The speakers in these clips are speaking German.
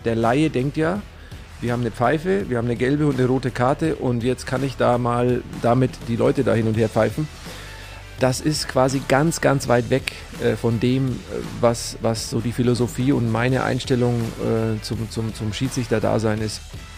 der Laie denkt ja, wir haben eine Pfeife, wir haben eine gelbe und eine rote Karte und jetzt kann ich da mal damit die Leute da hin und her pfeifen. Das ist quasi ganz, ganz weit weg von dem, was so die Philosophie und meine Einstellung zum Schiedsrichter-Dasein ist.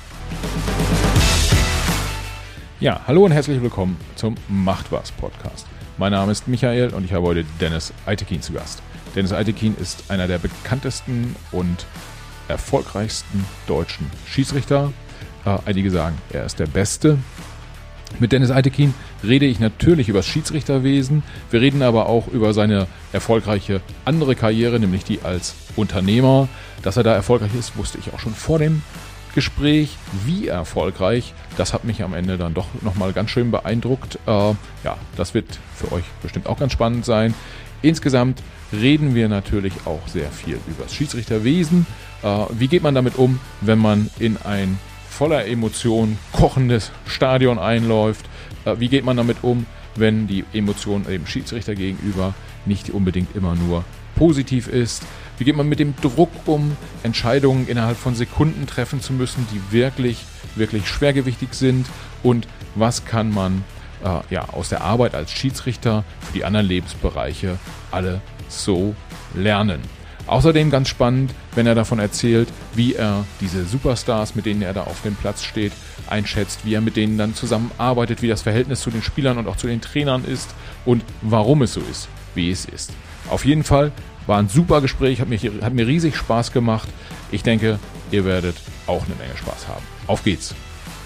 Ja, hallo und herzlich willkommen zum Macht was Podcast. Mein Name ist Michael und ich habe heute Dennis Eitekin zu Gast. Dennis Eitekin ist einer der bekanntesten und erfolgreichsten deutschen Schiedsrichter. Einige sagen, er ist der Beste. Mit Dennis Eitekin rede ich natürlich über das Schiedsrichterwesen. Wir reden aber auch über seine erfolgreiche andere Karriere, nämlich die als Unternehmer. Dass er da erfolgreich ist, wusste ich auch schon vor dem Gespräch. Wie erfolgreich, das hat mich am Ende dann doch nochmal ganz schön beeindruckt. Das wird für euch bestimmt auch ganz spannend sein. Insgesamt reden wir natürlich auch sehr viel über das Schiedsrichterwesen. Wie geht man damit um, wenn man in ein voller Emotionen kochendes Stadion einläuft? Wie geht man damit um, wenn die Emotion dem Schiedsrichter gegenüber nicht unbedingt immer nur positiv ist? Wie geht man mit dem Druck um, Entscheidungen innerhalb von Sekunden treffen zu müssen, die wirklich, wirklich schwergewichtig sind? Und was kann man aus der Arbeit als Schiedsrichter für die anderen Lebensbereiche alle so lernen? Außerdem ganz spannend, wenn er davon erzählt, wie er diese Superstars, mit denen er da auf dem Platz steht, einschätzt, wie er mit denen dann zusammenarbeitet, wie das Verhältnis zu den Spielern und auch zu den Trainern ist und warum es so ist, wie es ist. Auf jeden Fall war ein super Gespräch, hat mir riesig Spaß gemacht. Ich denke, ihr werdet auch eine Menge Spaß haben. Auf geht's!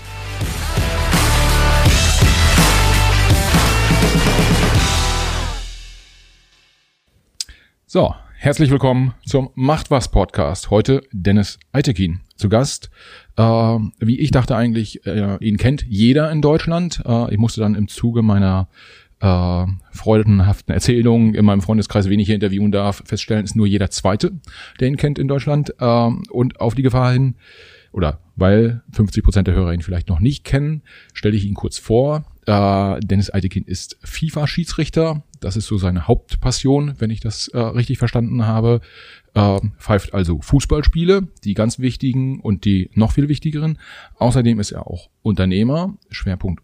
So, herzlich willkommen zum Macht was Podcast. Heute Dennis Eitekin zu Gast. Wie ich dachte eigentlich, ihn kennt jeder in Deutschland. Ich musste dann im Zuge meiner freudenhaften Erzählungen in meinem Freundeskreis, wen ich hier interviewen darf, feststellen, ist nur jeder Zweite, der ihn kennt in Deutschland. Und auf die Gefahr hin, oder weil 50% der Hörer ihn vielleicht noch nicht kennen, stelle ich ihn kurz vor. Dennis Eitekin ist FIFA-Schiedsrichter. Das ist so seine Hauptpassion, wenn ich das richtig verstanden habe. Pfeift also Fußballspiele, die ganz wichtigen und die noch viel wichtigeren. Außerdem ist er auch Unternehmer, Schwerpunkt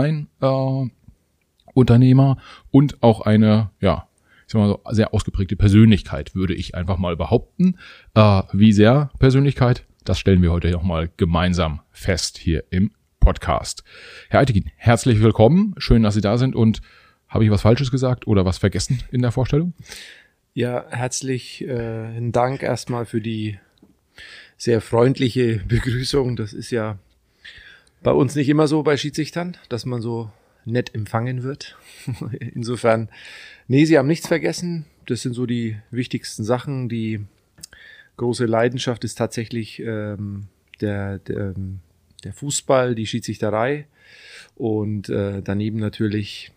Online-Unternehmer und auch eine, sehr ausgeprägte Persönlichkeit, würde ich einfach mal behaupten. Wie sehr Persönlichkeit, das stellen wir heute nochmal gemeinsam fest hier im Podcast. Herr Eitekin, herzlich willkommen. Schön, dass Sie da sind. Und habe ich was Falsches gesagt oder was vergessen in der Vorstellung? Ja, herzlichen Dank erstmal für die sehr freundliche Begrüßung. Das ist ja bei uns nicht immer so bei Schiedsrichtern, dass man so nett empfangen wird. Insofern, nee, Sie haben nichts vergessen. Das sind so die wichtigsten Sachen. Die große Leidenschaft ist tatsächlich der Fußball, die Schiedsrichterei und daneben natürlich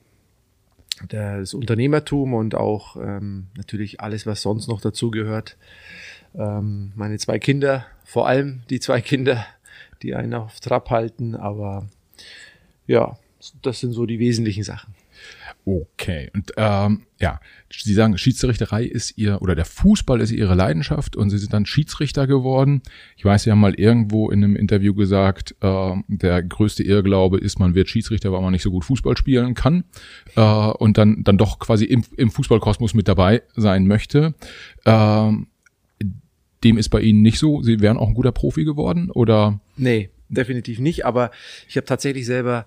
das Unternehmertum und auch natürlich alles, was sonst noch dazugehört. Meine 2 Kinder, vor allem die 2 Kinder, die einen auf Trab halten, aber ja, das sind so die wesentlichen Sachen. Okay, und Sie sagen, Schiedsrichterei ist der Fußball ist Ihre Leidenschaft und Sie sind dann Schiedsrichter geworden. Ich weiß, Sie haben mal irgendwo in einem Interview gesagt, der größte Irrglaube ist, man wird Schiedsrichter, weil man nicht so gut Fußball spielen kann und dann doch quasi im Fußballkosmos mit dabei sein möchte. Dem ist bei Ihnen nicht so? Sie wären auch ein guter Profi geworden, oder? Nee, definitiv nicht, aber ich habe tatsächlich selber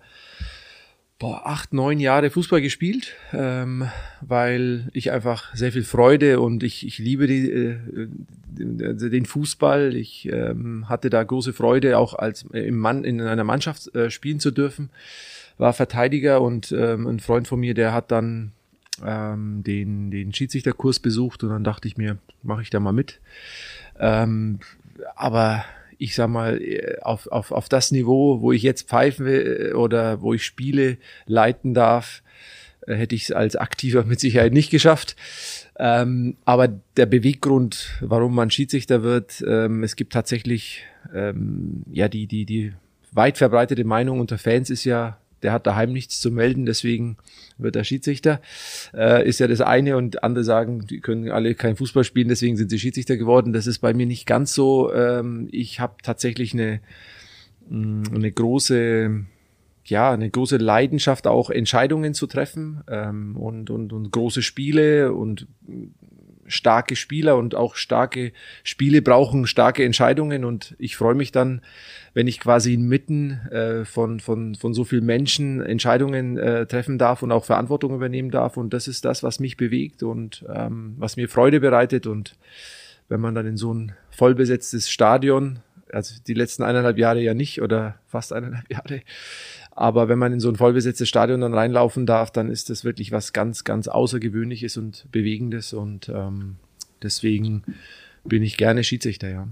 8, 9 Jahre Fußball gespielt, weil ich einfach sehr viel Freude und ich liebe den Fußball. Ich hatte da große Freude, auch in einer Mannschaft spielen zu dürfen. War Verteidiger und ein Freund von mir, der hat dann den Schiedsrichterkurs besucht und dann dachte ich mir, mache ich da mal mit. Aber ich sag mal, auf das Niveau, wo ich jetzt pfeife oder wo ich Spiele leiten darf, hätte ich es als Aktiver mit Sicherheit nicht geschafft. Aber der Beweggrund, warum man Schiedsrichter wird, es gibt tatsächlich, die weit verbreitete Meinung unter Fans ist ja, der hat daheim nichts zu melden, deswegen wird er Schiedsrichter. Ist ja das eine, und andere sagen, die können alle kein Fußball spielen, deswegen sind sie Schiedsrichter geworden. Das ist bei mir nicht ganz so. Ich habe tatsächlich eine große Leidenschaft, auch Entscheidungen zu treffen, und große Spiele und starke Spieler, und auch starke Spiele brauchen starke Entscheidungen, und ich freue mich dann, wenn ich quasi inmitten von so vielen Menschen Entscheidungen treffen darf und auch Verantwortung übernehmen darf, und das ist das, was mich bewegt und was mir Freude bereitet. Und wenn man dann in so ein vollbesetztes Stadion, also die letzten 1,5 Jahre ja nicht oder fast 1,5 Jahre, aber wenn man in so ein vollbesetztes Stadion dann reinlaufen darf, dann ist das wirklich was ganz, ganz Außergewöhnliches und Bewegendes, und deswegen bin ich gerne Schiedsrichter, ja.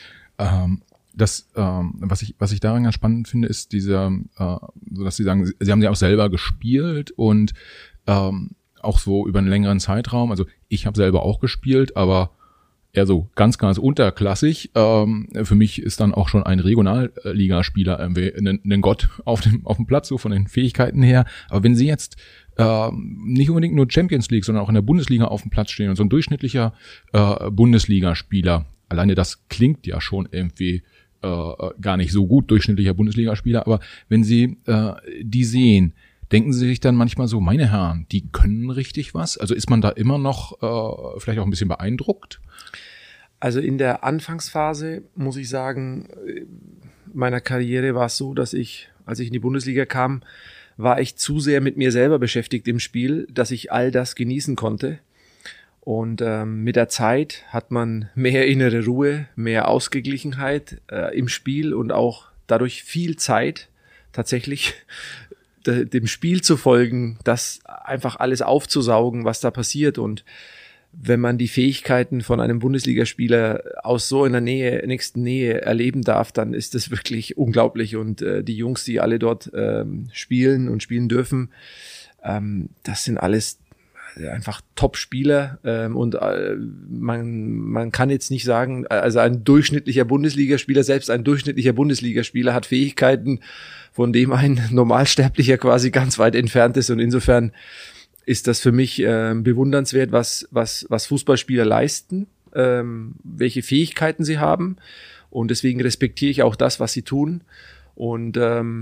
Was ich daran ganz spannend finde, ist so dass Sie sagen, Sie haben ja auch selber gespielt und auch so über einen längeren Zeitraum. Also ich habe selber auch gespielt, aber eher so ganz, ganz unterklassig. Für mich ist dann auch schon ein Regionalligaspieler ein Gott auf dem Platz, so von den Fähigkeiten her. Aber wenn Sie jetzt nicht unbedingt nur Champions League, sondern auch in der Bundesliga auf dem Platz stehen und so ein durchschnittlicher Bundesligaspieler, alleine das klingt ja schon irgendwie gar nicht so gut, durchschnittlicher Bundesligaspieler, aber wenn Sie die sehen, denken Sie sich dann manchmal so, meine Herren, die können richtig was? Also ist man da immer noch vielleicht auch ein bisschen beeindruckt? Also in der Anfangsphase, muss ich sagen, meiner Karriere war es so, dass als ich in die Bundesliga kam, war ich zu sehr mit mir selber beschäftigt im Spiel, dass ich all das genießen konnte. Und mit der Zeit hat man mehr innere Ruhe, mehr Ausgeglichenheit im Spiel und auch dadurch viel Zeit, tatsächlich dem Spiel zu folgen, das einfach alles aufzusaugen, was da passiert. Und wenn man die Fähigkeiten von einem Bundesligaspieler aus so in der nächsten Nähe erleben darf, dann ist das wirklich unglaublich. Und die Jungs, die alle dort spielen und spielen dürfen, das sind alles einfach Top-Spieler, und man kann jetzt nicht sagen, also ein durchschnittlicher Bundesligaspieler, selbst ein durchschnittlicher Bundesligaspieler hat Fähigkeiten, von dem ein Normalsterblicher quasi ganz weit entfernt ist, und insofern ist das für mich bewundernswert, was Fußballspieler leisten, welche Fähigkeiten sie haben, und deswegen respektiere ich auch das, was sie tun, und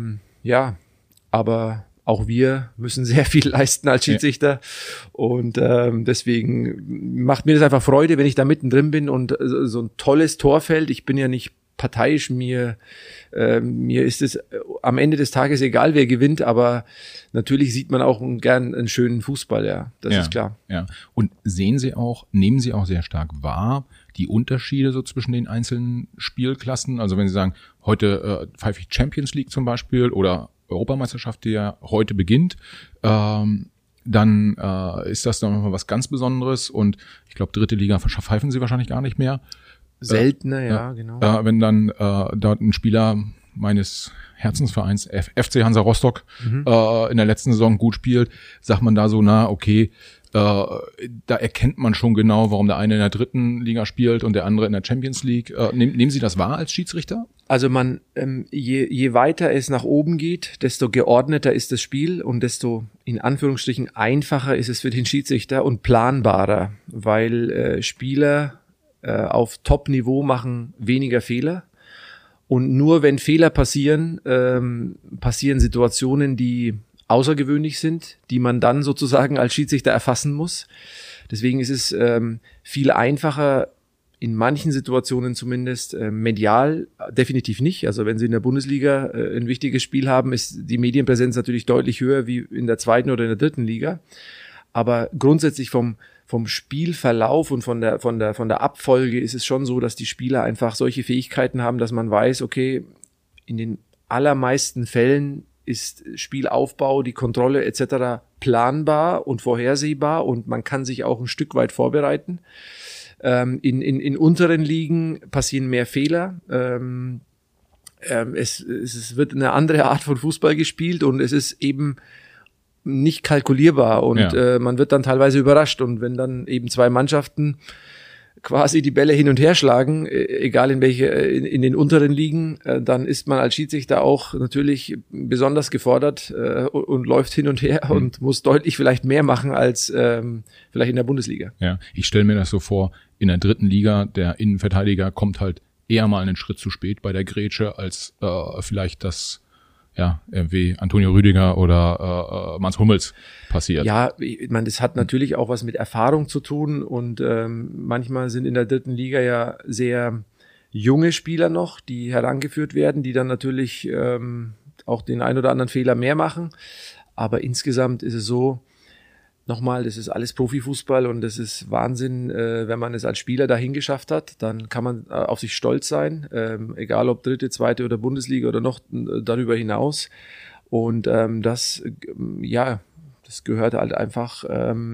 aber auch wir müssen sehr viel leisten als Schiedsrichter, und deswegen macht mir das einfach Freude, wenn ich da mittendrin bin und so ein tolles Tor fällt. Ich bin ja nicht parteiisch, mir ist es am Ende des Tages egal, wer gewinnt, aber natürlich sieht man auch gern einen schönen Fußball, ja, das ist klar. Ja. Und nehmen Sie auch sehr stark wahr, die Unterschiede so zwischen den einzelnen Spielklassen? Also wenn Sie sagen, heute pfeife ich Champions League zum Beispiel oder Europameisterschaft, die ja heute beginnt, dann ist das dann nochmal was ganz Besonderes, und ich glaube, 3. Liga pfeifen Sie wahrscheinlich gar nicht mehr. Seltener, ja, genau. Wenn dann dort ein Spieler meines Herzensvereins FC Hansa Rostock in der letzten Saison gut spielt, sagt man da so, okay, da erkennt man schon genau, warum der eine in der 3. Liga spielt und der andere in der Champions League. Nehmen Sie das wahr als Schiedsrichter? Also je weiter es nach oben geht, desto geordneter ist das Spiel und desto in Anführungsstrichen einfacher ist es für den Schiedsrichter und planbarer, weil Spieler auf Top-Niveau machen weniger Fehler. Und nur wenn Fehler passieren, passieren Situationen, die außergewöhnlich sind, die man dann sozusagen als Schiedsrichter erfassen muss. Deswegen ist es viel einfacher, in manchen Situationen zumindest, medial definitiv nicht. Also wenn Sie in der Bundesliga ein wichtiges Spiel haben, ist die Medienpräsenz natürlich deutlich höher wie in der 2. oder in der 3. Liga. Aber grundsätzlich vom Spielverlauf und von der Abfolge ist es schon so, dass die Spieler einfach solche Fähigkeiten haben, dass man weiß, okay, in den allermeisten Fällen ist Spielaufbau, die Kontrolle etc. planbar und vorhersehbar, und man kann sich auch ein Stück weit vorbereiten. In unteren Ligen passieren mehr Fehler. Es wird eine andere Art von Fußball gespielt, und es ist eben nicht kalkulierbar, und man wird dann teilweise überrascht, und wenn dann eben 2 Mannschaften quasi die Bälle hin und her schlagen, egal in den unteren Ligen, dann ist man als Schiedsrichter auch natürlich besonders gefordert und läuft hin und her und muss deutlich vielleicht mehr machen als vielleicht in der Bundesliga. Ja, ich stelle mir das so vor, in der 3. Liga, der Innenverteidiger kommt halt eher mal einen Schritt zu spät bei der Grätsche, als vielleicht das wie Antonio Rüdiger oder Mats Hummels passiert. Ja, ich meine, das hat natürlich auch was mit Erfahrung zu tun und manchmal sind in der 3. Liga ja sehr junge Spieler noch, die herangeführt werden, die dann natürlich auch den ein oder anderen Fehler mehr machen. Aber insgesamt ist es so, nochmal, das ist alles Profifußball und das ist Wahnsinn, wenn man es als Spieler dahin geschafft hat, dann kann man auf sich stolz sein, egal ob 3., 2. oder Bundesliga oder noch darüber hinaus. Und das gehört halt einfach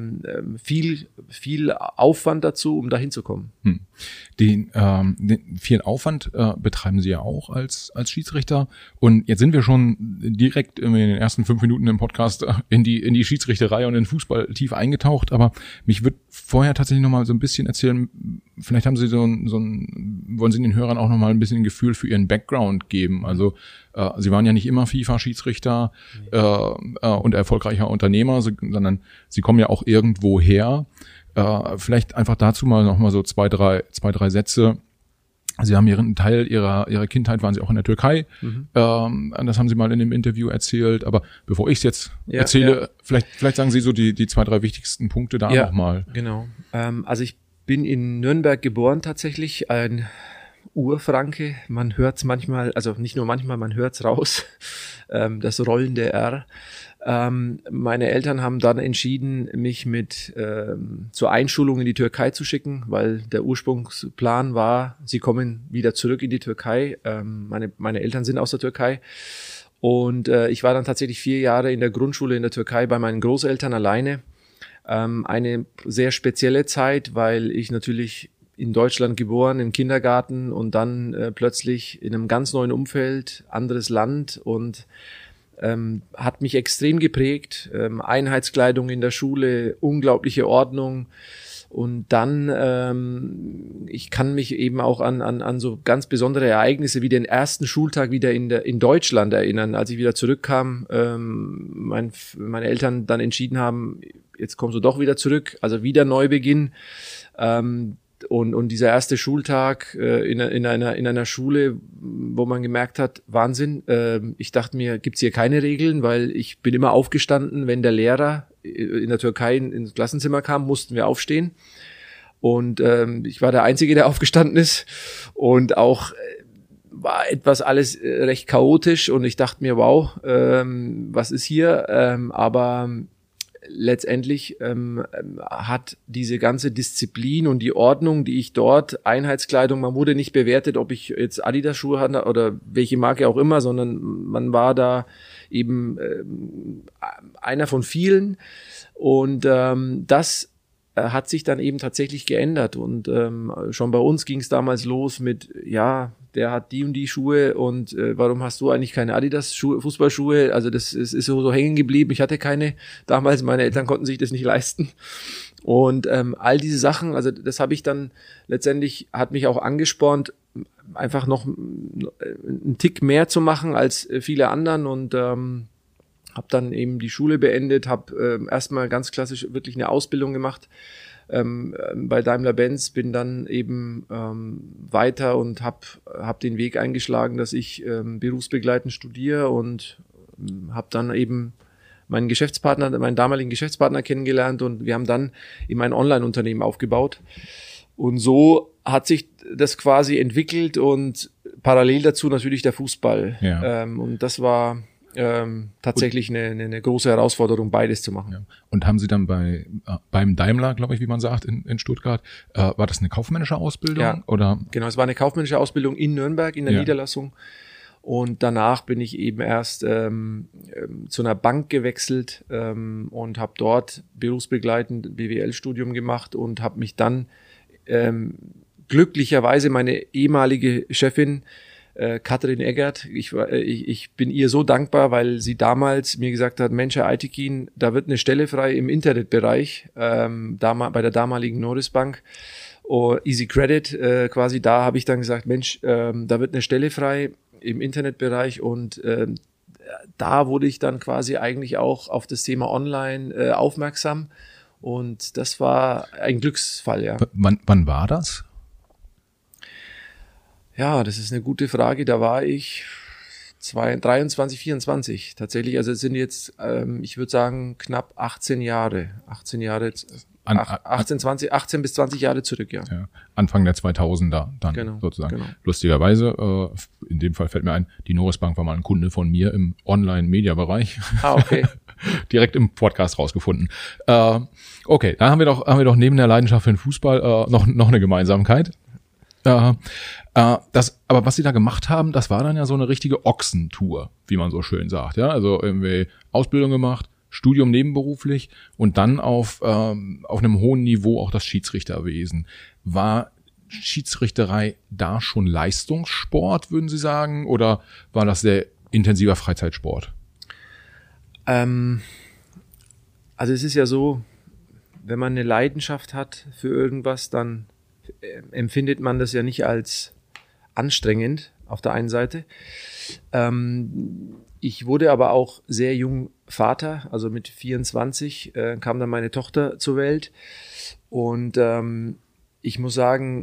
viel Aufwand dazu, um dahin zu kommen. Den viel Aufwand betreiben Sie ja auch als Schiedsrichter. Und jetzt sind wir schon direkt in den ersten 5 Minuten im Podcast in die Schiedsrichterei und in den Fußball tief eingetaucht. Aber mich würde vorher tatsächlich noch mal so ein bisschen erzählen, vielleicht haben Sie wollen Sie den Hörern auch noch mal ein bisschen ein Gefühl für Ihren Background geben. Also Sie waren ja nicht immer FIFA-Schiedsrichter und erfolgreicher Unternehmer, sondern Sie kommen ja auch irgendwo her. Vielleicht einfach dazu mal noch mal so zwei, drei Sätze. Sie haben Ihren Teil Ihrer Kindheit, waren Sie auch in der Türkei. Das haben Sie mal in dem Interview erzählt. Aber bevor ich es jetzt erzähle, vielleicht sagen Sie so die 2, 3 wichtigsten Punkte da noch mal. Genau. Also ich bin in Nürnberg geboren tatsächlich, ein Urfranke. Man hört es manchmal, also nicht nur manchmal, man hört es raus, das rollende R. Meine Eltern haben dann entschieden, mich zur Einschulung in die Türkei zu schicken, weil der Ursprungsplan war, sie kommen wieder zurück in die Türkei. Meine Eltern sind aus der Türkei. Und ich war dann tatsächlich 4 Jahre in der Grundschule in der Türkei bei meinen Großeltern alleine. Eine sehr spezielle Zeit, weil ich natürlich in Deutschland geboren, im Kindergarten und dann plötzlich in einem ganz neuen Umfeld, anderes Land und hat mich extrem geprägt. Einheitskleidung in der Schule, unglaubliche Ordnung und dann, ich kann mich eben auch an so ganz besondere Ereignisse wie den ersten Schultag wieder in Deutschland erinnern, als ich wieder zurückkam, meine Eltern dann entschieden haben, jetzt kommst du doch wieder zurück, also wieder Neubeginn. Und dieser erste Schultag in einer Schule, wo man gemerkt hat, Wahnsinn, ich dachte mir, gibt's hier keine Regeln, weil ich bin immer aufgestanden, wenn der Lehrer in der Türkei ins Klassenzimmer kam, mussten wir aufstehen. Und ich war der Einzige, der aufgestanden ist. Und auch war etwas alles recht chaotisch und ich dachte mir, wow, was ist hier? Aber letztendlich hat diese ganze Disziplin und die Ordnung, die ich dort, Einheitskleidung, man wurde nicht bewertet, ob ich jetzt Adidas-Schuhe hatte oder welche Marke auch immer, sondern man war da eben einer von vielen und das hat sich dann eben tatsächlich geändert und schon bei uns ging es damals los mit, ja, der hat die und die Schuhe und warum hast du eigentlich keine Adidas-Schuhe, Fußballschuhe? Also das ist so hängen geblieben. Ich hatte keine damals, meine Eltern konnten sich das nicht leisten. Und all diese Sachen, also das habe ich dann letztendlich, hat mich auch angespornt, einfach noch einen Tick mehr zu machen als viele anderen und habe dann eben die Schule beendet, habe erstmal ganz klassisch wirklich eine Ausbildung gemacht bei Daimler-Benz, bin dann eben weiter und hab den Weg eingeschlagen, dass ich berufsbegleitend studiere und habe dann eben meinen damaligen Geschäftspartner kennengelernt und wir haben dann eben ein Online-Unternehmen aufgebaut. Und so hat sich das quasi entwickelt und parallel dazu natürlich der Fußball. Ja. Und das war tatsächlich eine große Herausforderung, beides zu machen. Ja. Und haben Sie dann beim Daimler, glaube ich, wie man sagt, in Stuttgart, war das eine kaufmännische Ausbildung? Ja, oder? Genau, es war eine kaufmännische Ausbildung in Nürnberg, in der Niederlassung. Und danach bin ich eben erst zu einer Bank gewechselt und habe dort berufsbegleitend BWL-Studium gemacht und habe mich dann glücklicherweise meine ehemalige Chefin Katrin Eggert, ich bin ihr so dankbar, weil sie damals mir gesagt hat, Mensch, Herr Aytekin, da wird eine Stelle frei im Internetbereich bei der damaligen Norris Bank Easy Credit, quasi da habe ich dann gesagt, Mensch, da wird eine Stelle frei im Internetbereich und da wurde ich dann quasi eigentlich auch auf das Thema Online aufmerksam und das war ein Glücksfall, ja. Wann war das? Ja, das ist eine gute Frage. Da war ich 23, 24 tatsächlich. Also es sind jetzt, ich würde sagen, knapp 18 Jahre. 18 bis 20 Jahre zurück, ja. Anfang der 2000er dann sozusagen. Genau. Lustigerweise, in dem Fall fällt mir ein, die Norris Bank war mal ein Kunde von mir im Online-Media-Bereich. Ah, okay. Direkt im Podcast rausgefunden. Okay, dann haben wir doch neben der Leidenschaft für den Fußball noch eine Gemeinsamkeit. Aber was sie da gemacht haben, das war dann ja so eine richtige Ochsentour, wie man so schön sagt. Ja, also irgendwie Ausbildung gemacht, Studium nebenberuflich und dann auf einem hohen Niveau auch das Schiedsrichterwesen. War Schiedsrichterei da schon Leistungssport, würden Sie sagen, oder war das sehr intensiver Freizeitsport? Also es ist ja so, wenn man eine Leidenschaft hat für irgendwas, dann empfindet man das ja nicht als anstrengend auf der einen Seite. Ich wurde aber auch sehr jung Vater, also mit 24 kam dann meine Tochter zur Welt und ich muss sagen,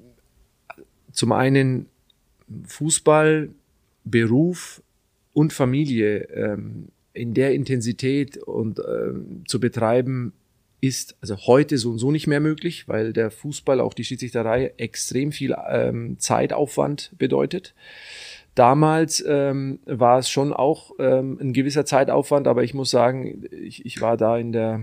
zum einen Fußball, Beruf und Familie in der Intensität und zu betreiben, ist also heute so und so nicht mehr möglich, weil der Fußball, auch die Schiedsrichterei, extrem viel Zeitaufwand bedeutet. Damals war es schon auch ein gewisser Zeitaufwand, aber ich muss sagen, ich war da in der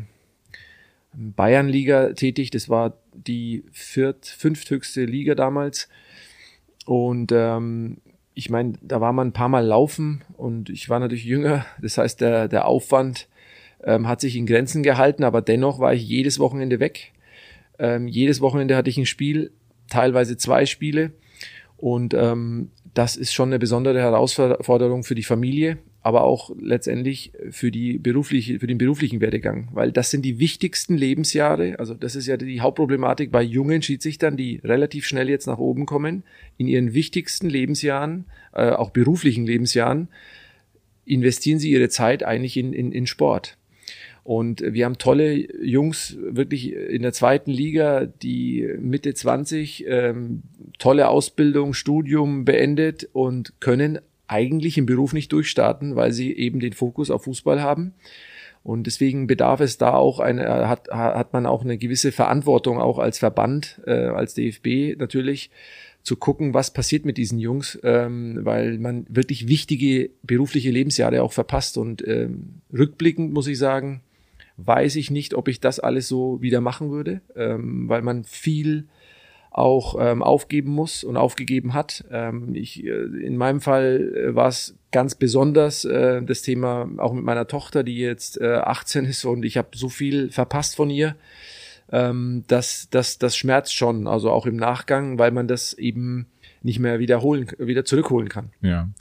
Bayernliga tätig, das war die fünfthöchste Liga damals und ich meine, da war man ein paar Mal laufen und ich war natürlich jünger, das heißt, der Aufwand hat sich in Grenzen gehalten, aber dennoch war ich jedes Wochenende weg. Jedes Wochenende hatte ich ein Spiel, teilweise 2 Spiele und das ist schon eine besondere Herausforderung für die Familie, aber auch letztendlich für den beruflichen Werdegang, weil das sind die wichtigsten Lebensjahre, also das ist ja die Hauptproblematik bei jungen Schiedsrichtern, die relativ schnell jetzt nach oben kommen, in ihren wichtigsten Lebensjahren, auch beruflichen Lebensjahren, investieren sie ihre Zeit eigentlich in Sport. Und wir haben tolle Jungs wirklich in der 2. Liga, die Mitte 20, tolle Ausbildung, Studium beendet und können eigentlich im Beruf nicht durchstarten, weil sie eben den Fokus auf Fußball haben. Und deswegen bedarf es da auch hat man auch eine gewisse Verantwortung auch als Verband, als DFB natürlich, zu gucken, was passiert mit diesen Jungs, weil man wirklich wichtige berufliche Lebensjahre auch verpasst. Und rückblickend muss ich sagen, weiß ich nicht, ob ich das alles so wieder machen würde, weil man viel auch aufgeben muss und aufgegeben hat. In meinem Fall war es ganz besonders das Thema auch mit meiner Tochter, die jetzt 18 ist und ich habe so viel verpasst von ihr. Das schmerzt schon, also auch im Nachgang, weil man das eben nicht mehr wieder zurückholen kann. Ja,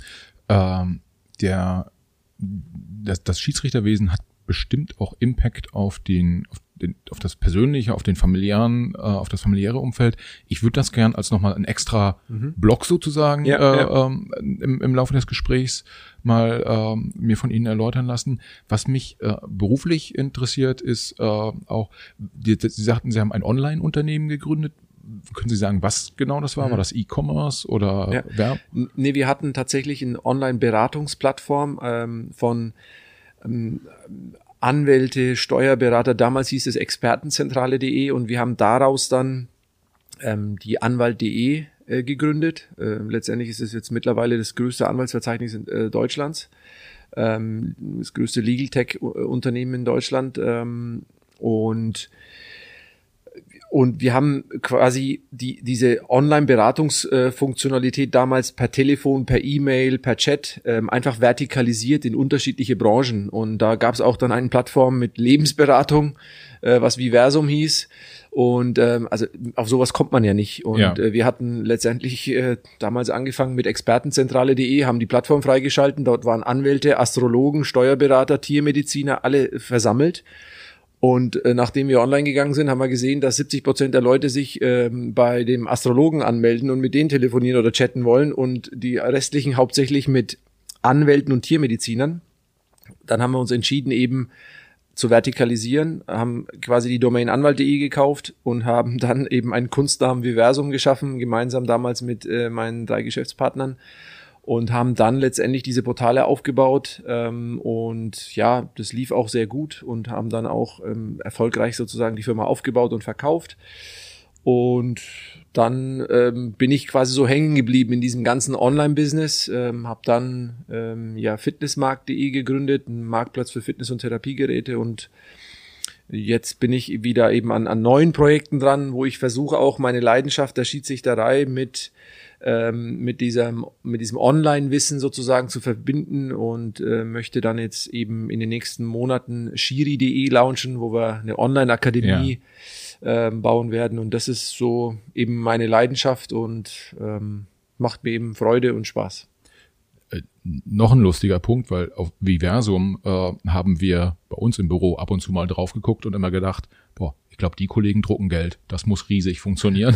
das Schiedsrichterwesen hat bestimmt auch Impact auf das persönliche, auf das familiäre Umfeld. Ich würde das gern als nochmal ein extra Block sozusagen im Laufe des Gesprächs mal mir von Ihnen erläutern lassen. Was mich beruflich interessiert, ist auch, Sie sagten, Sie haben ein Online-Unternehmen gegründet. Können Sie sagen, was genau das war? War das E-Commerce oder Verb? Nee, wir hatten tatsächlich eine Online-Beratungsplattform von Anwälte, Steuerberater, damals hieß es expertenzentrale.de und wir haben daraus dann die Anwalt.de gegründet. Letztendlich ist es jetzt mittlerweile das größte Anwaltsverzeichnis Deutschlands, das größte Legal Tech-Unternehmen in Deutschland und wir haben quasi diese Online-Beratungsfunktionalität damals per Telefon, per E-Mail, per Chat einfach vertikalisiert in unterschiedliche Branchen. Und da gab es auch dann eine Plattform mit Lebensberatung, was Viversum hieß. Und also auf sowas kommt man ja nicht. Und wir hatten letztendlich damals angefangen mit expertenzentrale.de, haben die Plattform freigeschalten. Dort waren Anwälte, Astrologen, Steuerberater, Tiermediziner, alle versammelt. Und nachdem wir online gegangen sind, haben wir gesehen, dass 70% der Leute sich bei dem Astrologen anmelden und mit denen telefonieren oder chatten wollen und die restlichen hauptsächlich mit Anwälten und Tiermedizinern. Dann haben wir uns entschieden, eben zu vertikalisieren, haben quasi die Domain anwalt.de gekauft und haben dann eben einen Kunstnamen Viversum geschaffen, gemeinsam damals mit meinen 3 Geschäftspartnern. Und haben dann letztendlich diese Portale aufgebaut und ja, das lief auch sehr gut und haben dann auch erfolgreich sozusagen die Firma aufgebaut und verkauft. Und dann bin ich quasi so hängen geblieben in diesem ganzen Online-Business, habe dann fitnessmarkt.de gegründet, einen Marktplatz für Fitness- und Therapiegeräte, und jetzt bin ich wieder eben an neuen Projekten dran, wo ich versuche auch meine Leidenschaft der Schiedsrichterei mit diesem Online-Wissen sozusagen zu verbinden und möchte dann jetzt eben in den nächsten Monaten Schiri.de launchen, wo wir eine Online-Akademie bauen werden, und das ist so eben meine Leidenschaft und macht mir eben Freude und Spaß. Noch ein lustiger Punkt, weil auf Viversum haben wir bei uns im Büro ab und zu mal drauf geguckt und immer gedacht, ich glaube, die Kollegen drucken Geld, das muss riesig funktionieren.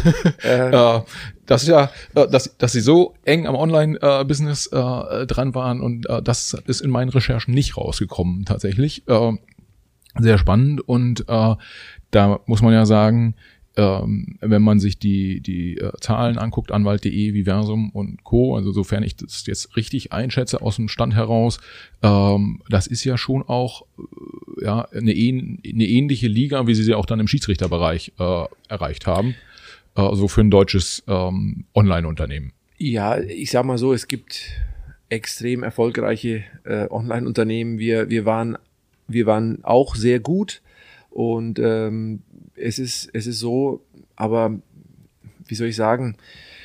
Das ist ja, dass sie so eng am Online-Business dran waren, und das ist in meinen Recherchen nicht rausgekommen tatsächlich. Sehr spannend, und da muss man ja sagen, wenn man sich die Zahlen anguckt, Anwalt.de, Viversum und Co., also sofern ich das jetzt richtig einschätze aus dem Stand heraus, das ist ja schon auch eine ähnliche Liga, wie sie auch dann im Schiedsrichterbereich erreicht haben, so für ein deutsches Online-Unternehmen. Ja, ich sag mal so, es gibt extrem erfolgreiche Online-Unternehmen. Wir waren auch sehr gut. Und es ist so, aber wie soll ich sagen,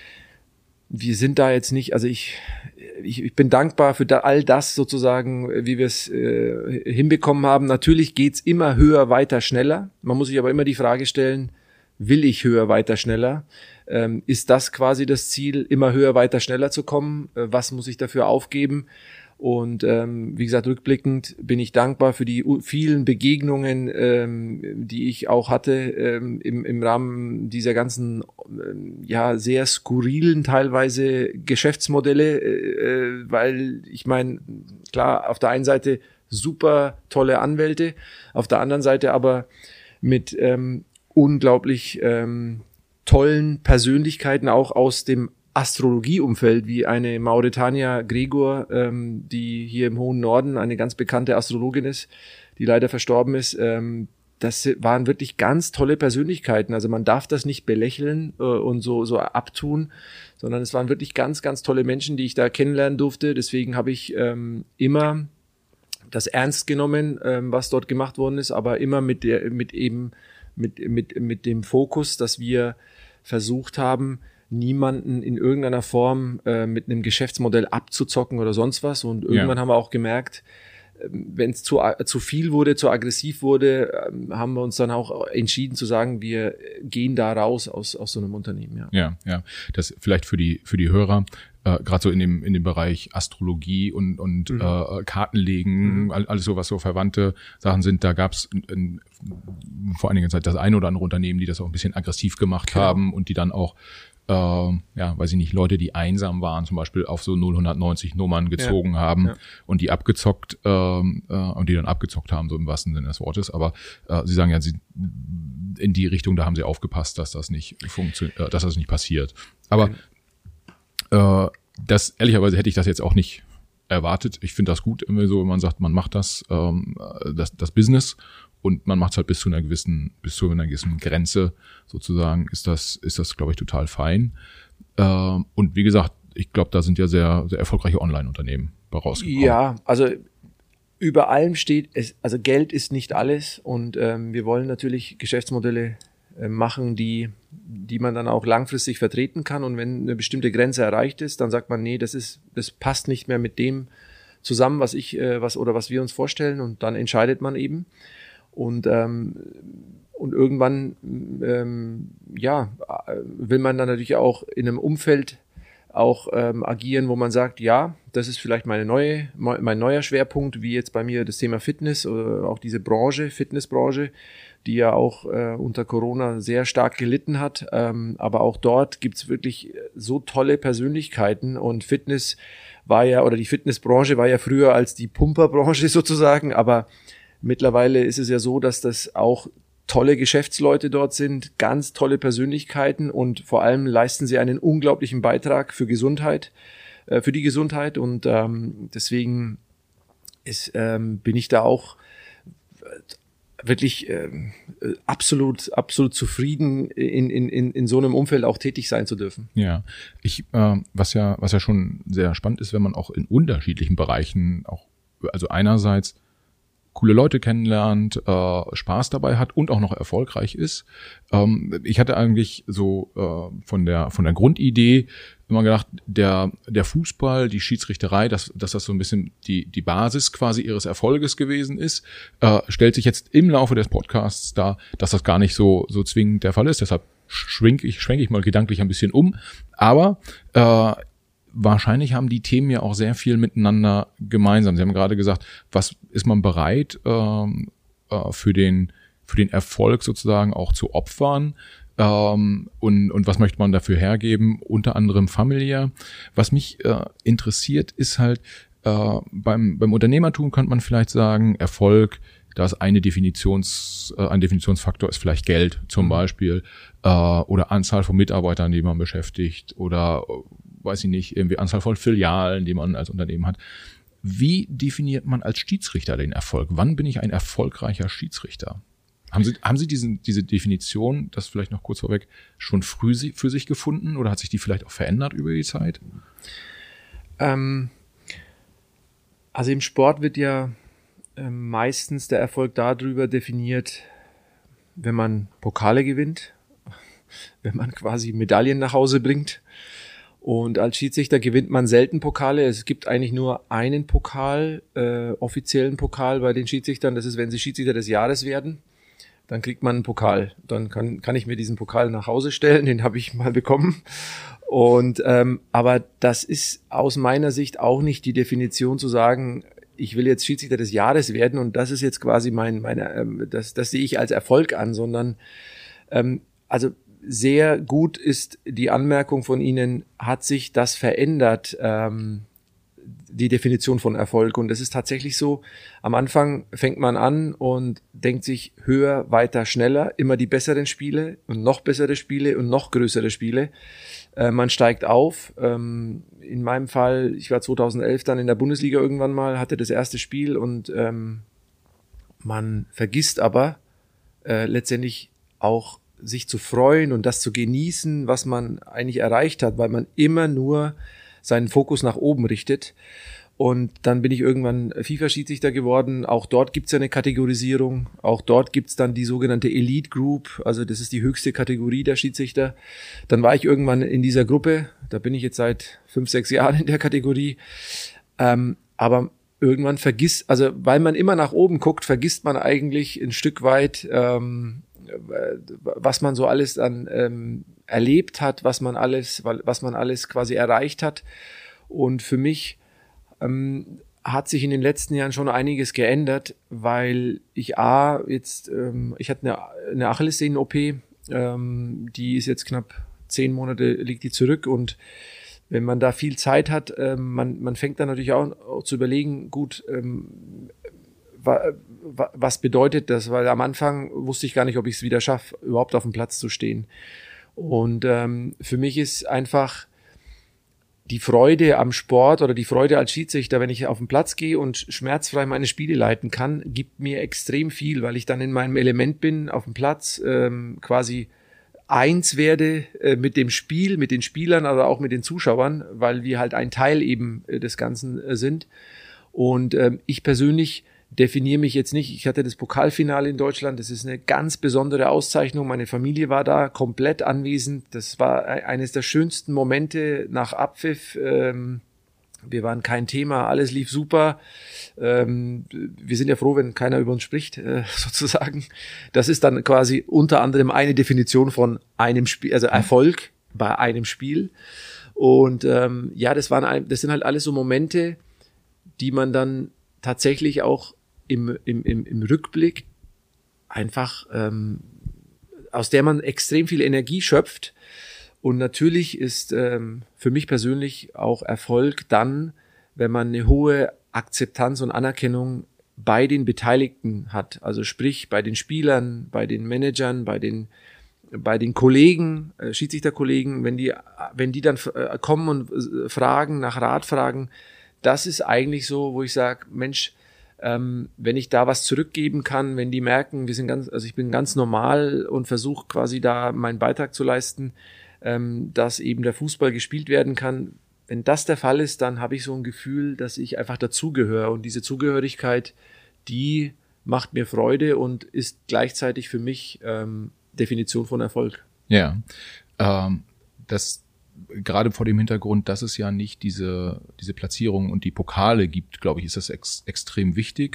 wir sind da jetzt nicht, also ich bin dankbar für all das sozusagen, wie wir es hinbekommen haben. Natürlich geht's immer höher, weiter, schneller. Man muss sich aber immer die Frage stellen, will ich höher, weiter, schneller? Ist das quasi das Ziel, immer höher, weiter, schneller zu kommen? Was muss ich dafür aufgeben? Und wie gesagt, rückblickend bin ich dankbar für die vielen Begegnungen, die ich auch hatte im Rahmen dieser ganzen sehr skurrilen teilweise Geschäftsmodelle, weil ich meine, klar, auf der einen Seite super tolle Anwälte, auf der anderen Seite aber mit unglaublich tollen Persönlichkeiten auch aus dem Astrologieumfeld, wie eine Mauretania Gregor, die hier im hohen Norden eine ganz bekannte Astrologin ist, die leider verstorben ist. Das waren wirklich ganz tolle Persönlichkeiten. Also man darf das nicht belächeln und so abtun, sondern es waren wirklich ganz, ganz tolle Menschen, die ich da kennenlernen durfte. Deswegen habe ich immer das ernst genommen, was dort gemacht worden ist, aber immer mit dem Fokus, dass wir versucht haben, niemanden in irgendeiner Form mit einem Geschäftsmodell abzuzocken oder sonst was. Und irgendwann haben wir auch gemerkt, wenn es zu viel wurde, zu aggressiv wurde, haben wir uns dann auch entschieden zu sagen, wir gehen da raus aus so einem Unternehmen. Ja. Das vielleicht für die Hörer, gerade so in dem Bereich Astrologie und Kartenlegen, alles so, was so verwandte Sachen sind, da gab es vor einiger Zeit das eine oder andere Unternehmen, die das auch ein bisschen aggressiv gemacht haben und die dann auch weiß ich nicht, Leute, die einsam waren, zum Beispiel auf so 090 Nummern gezogen haben und die abgezockt und die dann abgezockt haben, so im wahrsten Sinne des Wortes. Aber sie sagen ja, in die Richtung, da haben sie aufgepasst, dass das nicht funktioniert, dass das nicht passiert. Aber ehrlicherweise hätte ich das jetzt auch nicht erwartet. Ich finde das gut, wenn man sagt, man macht das Business. Und man macht es halt bis zu einer gewissen Grenze sozusagen, ist das, glaube ich, total fein. Und wie gesagt, ich glaube, da sind ja sehr, sehr erfolgreiche Online-Unternehmen bei rausgekommen. Ja, also über allem steht, also Geld ist nicht alles, und wir wollen natürlich Geschäftsmodelle machen, die man dann auch langfristig vertreten kann. Und wenn eine bestimmte Grenze erreicht ist, dann sagt man, nee, das passt nicht mehr mit dem zusammen, was wir uns vorstellen, und dann entscheidet man eben. Und irgendwann will man dann natürlich auch in einem Umfeld auch agieren, wo man sagt, ja, das ist vielleicht mein neuer Schwerpunkt, wie jetzt bei mir das Thema Fitness oder auch diese Fitnessbranche, die ja auch unter Corona sehr stark gelitten hat. Aber auch dort gibt's wirklich so tolle Persönlichkeiten und Fitness die Fitnessbranche war ja früher als die Pumperbranche sozusagen, aber mittlerweile ist es ja so, dass das auch tolle Geschäftsleute dort sind, ganz tolle Persönlichkeiten und vor allem leisten sie einen unglaublichen Beitrag für die Gesundheit und deswegen bin ich da auch wirklich absolut zufrieden, in so einem Umfeld auch tätig sein zu dürfen. Ja, was ja schon sehr spannend ist, wenn man auch in unterschiedlichen Bereichen auch, also einerseits coole Leute kennenlernt, Spaß dabei hat und auch noch erfolgreich ist. Ich hatte eigentlich so von der Grundidee immer gedacht, der Fußball, die Schiedsrichterei, dass das so ein bisschen die Basis quasi ihres Erfolges gewesen ist, stellt sich jetzt im Laufe des Podcasts dar, dass das gar nicht so zwingend der Fall ist. Deshalb schwenke ich mal gedanklich ein bisschen um. Aber wahrscheinlich haben die Themen ja auch sehr viel miteinander gemeinsam. Sie haben gerade gesagt, was ist man bereit für den Erfolg sozusagen auch zu opfern und was möchte man dafür hergeben, unter anderem familiär. Was mich interessiert, ist halt beim Unternehmertum könnte man vielleicht sagen, Erfolg, da ist ein Definitionsfaktor ist vielleicht Geld zum Beispiel oder Anzahl von Mitarbeitern, die man beschäftigt oder weiß ich nicht, irgendwie Anzahl von Filialen, die man als Unternehmen hat. Wie definiert man als Schiedsrichter den Erfolg? Wann bin ich ein erfolgreicher Schiedsrichter? Haben Sie diese Definition, das vielleicht noch kurz vorweg, schon früh für sich gefunden oder hat sich die vielleicht auch verändert über die Zeit? Also im Sport wird ja meistens der Erfolg darüber definiert, wenn man Pokale gewinnt, wenn man quasi Medaillen nach Hause bringt. Und als Schiedsrichter gewinnt man selten Pokale. Es gibt eigentlich nur einen Pokal, offiziellen Pokal bei den Schiedsrichtern. Das ist, wenn sie Schiedsrichter des Jahres werden, dann kriegt man einen Pokal. Dann kann ich mir diesen Pokal nach Hause stellen, den habe ich mal bekommen. Und aber das ist aus meiner Sicht auch nicht die Definition zu sagen, ich will jetzt Schiedsrichter des Jahres werden und das ist jetzt quasi das sehe ich als Erfolg an, sondern also sehr gut ist die Anmerkung von Ihnen, hat sich das verändert, die Definition von Erfolg. Und es ist tatsächlich so, am Anfang fängt man an und denkt sich höher, weiter, schneller, immer die besseren Spiele und noch bessere Spiele und noch größere Spiele. Man steigt auf. In meinem Fall, ich war 2011 dann in der Bundesliga irgendwann mal, hatte das erste Spiel und man vergisst aber letztendlich auch sich zu freuen und das zu genießen, was man eigentlich erreicht hat, weil man immer nur seinen Fokus nach oben richtet. Und dann bin ich irgendwann FIFA-Schiedsrichter geworden. Auch dort gibt's ja eine Kategorisierung. Auch dort gibt's dann die sogenannte Elite Group. Also das ist die höchste Kategorie der Schiedsrichter. Dann war ich irgendwann in dieser Gruppe. Da bin ich jetzt seit 5-6 Jahren in der Kategorie. Aber irgendwann weil man immer nach oben guckt, vergisst man eigentlich ein Stück weit, was man so alles dann erlebt hat, was man alles quasi erreicht hat. Und für mich hat sich in den letzten Jahren schon einiges geändert, weil ich ich hatte eine Achillessehnen-OP, die ist jetzt knapp 10 Monate, liegt die zurück und wenn man da viel Zeit hat, man fängt dann natürlich auch zu überlegen, gut, was bedeutet das? Weil am Anfang wusste ich gar nicht, ob ich es wieder schaffe, überhaupt auf dem Platz zu stehen. Und für mich ist einfach die Freude am Sport oder die Freude als Schiedsrichter, wenn ich auf den Platz gehe und schmerzfrei meine Spiele leiten kann, gibt mir extrem viel, weil ich dann in meinem Element bin, auf dem Platz, quasi eins werde mit dem Spiel, mit den Spielern, aber auch mit den Zuschauern, weil wir halt ein Teil eben des Ganzen sind. Und ich persönlich definiere mich jetzt nicht. Ich hatte das Pokalfinale in Deutschland. Das ist eine ganz besondere Auszeichnung. Meine Familie war da komplett anwesend. Das war eines der schönsten Momente nach Abpfiff. Wir waren kein Thema. Alles lief super. Wir sind ja froh, wenn keiner über uns spricht, sozusagen. Das ist dann quasi unter anderem eine Definition von einem Spiel, also Erfolg bei einem Spiel. Und das sind halt alles so Momente, die man dann tatsächlich auch im Rückblick einfach aus der man extrem viel Energie schöpft. Und natürlich ist für mich persönlich auch Erfolg dann, wenn man eine hohe Akzeptanz und Anerkennung bei den Beteiligten hat. Also sprich bei den Spielern, bei den Managern, bei den Kollegen, Schiedsrichterkollegen, wenn die dann kommen und fragen, nach Rat fragen, das ist eigentlich so, wo ich sage, Mensch, wenn ich da was zurückgeben kann, wenn die merken, ich bin ganz normal und versuche quasi da meinen Beitrag zu leisten, dass eben der Fußball gespielt werden kann. Wenn das der Fall ist, dann habe ich so ein Gefühl, dass ich einfach dazugehöre. Und diese Zugehörigkeit, die macht mir Freude und ist gleichzeitig für mich Definition von Erfolg. Ja, das gerade vor dem Hintergrund, dass es ja nicht diese Platzierungen und die Pokale gibt, glaube ich, ist das extrem wichtig.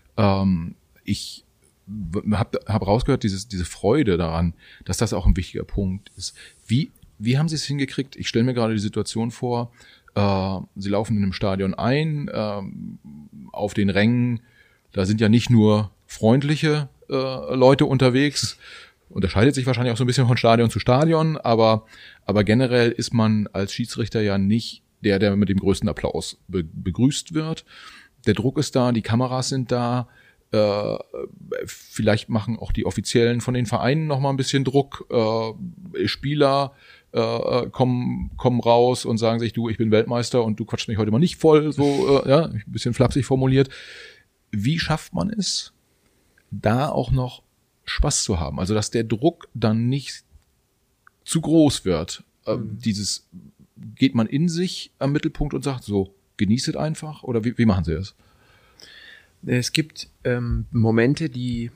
Ich habe rausgehört, diese Freude daran, dass das auch ein wichtiger Punkt ist. Wie haben Sie es hingekriegt? Ich stelle mir gerade die Situation vor, Sie laufen in einem Stadion ein, auf den Rängen, da sind ja nicht nur freundliche Leute unterwegs, unterscheidet sich wahrscheinlich auch so ein bisschen von Stadion zu Stadion, aber generell ist man als Schiedsrichter ja nicht der mit dem größten Applaus begrüßt wird. Der Druck ist da, die Kameras sind da, vielleicht machen auch die Offiziellen von den Vereinen noch mal ein bisschen Druck, Spieler kommen raus und sagen sich, du, ich bin Weltmeister und du quatschst mich heute mal nicht voll, so ein bisschen flapsig formuliert. Wie schafft man es, da auch noch Spaß zu haben? Also, dass der Druck dann nicht zu groß wird. Geht man in sich am Mittelpunkt und sagt so, genießt es einfach? Oder wie machen Sie das? Es gibt Momente, die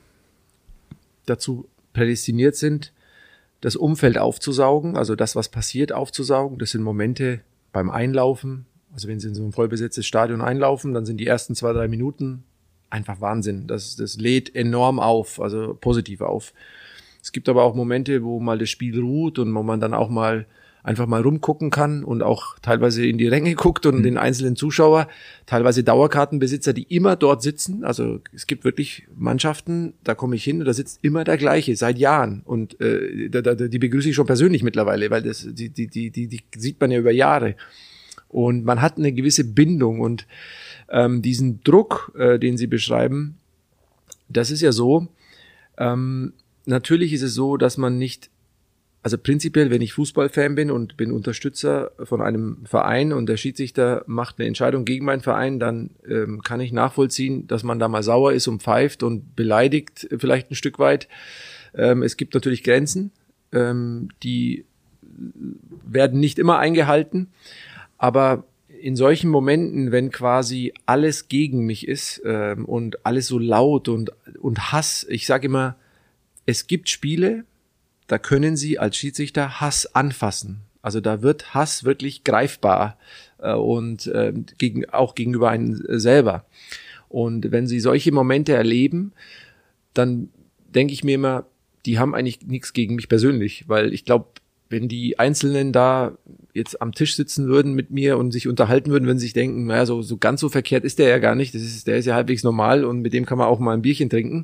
dazu prädestiniert sind, das Umfeld aufzusaugen, also das, was passiert, aufzusaugen. Das sind Momente beim Einlaufen. Also wenn Sie in so ein vollbesetztes Stadion einlaufen, dann sind die ersten 2-3 Minuten einfach Wahnsinn. Das lädt enorm auf, also positiv auf. Es gibt aber auch Momente, wo mal das Spiel ruht und wo man dann auch mal einfach mal rumgucken kann und auch teilweise in die Ränge guckt und den einzelnen Zuschauer, teilweise Dauerkartenbesitzer, die immer dort sitzen. Also es gibt wirklich Mannschaften, da komme ich hin und da sitzt immer der gleiche, seit Jahren. Und die begrüße ich schon persönlich mittlerweile, weil die sieht man ja über Jahre. Und man hat eine gewisse Bindung und diesen Druck, den Sie beschreiben, das ist ja so, natürlich ist es so, dass man nicht, also prinzipiell, wenn ich Fußballfan bin und bin Unterstützer von einem Verein und der Schiedsrichter macht eine Entscheidung gegen meinen Verein, dann kann ich nachvollziehen, dass man da mal sauer ist und pfeift und beleidigt vielleicht ein Stück weit. Es gibt natürlich Grenzen, die werden nicht immer eingehalten, aber in solchen Momenten, wenn quasi alles gegen mich ist und alles so laut und Hass, ich sage immer, es gibt Spiele, da können Sie als Schiedsrichter Hass anfassen. Also da wird Hass wirklich greifbar und auch gegenüber einem selber. Und wenn Sie solche Momente erleben, dann denke ich mir immer, die haben eigentlich nichts gegen mich persönlich, weil ich glaube, wenn die Einzelnen da jetzt am Tisch sitzen würden mit mir und sich unterhalten würden, wenn sie sich denken, naja, so ganz so verkehrt ist der ja gar nicht, der ist ja halbwegs normal und mit dem kann man auch mal ein Bierchen trinken.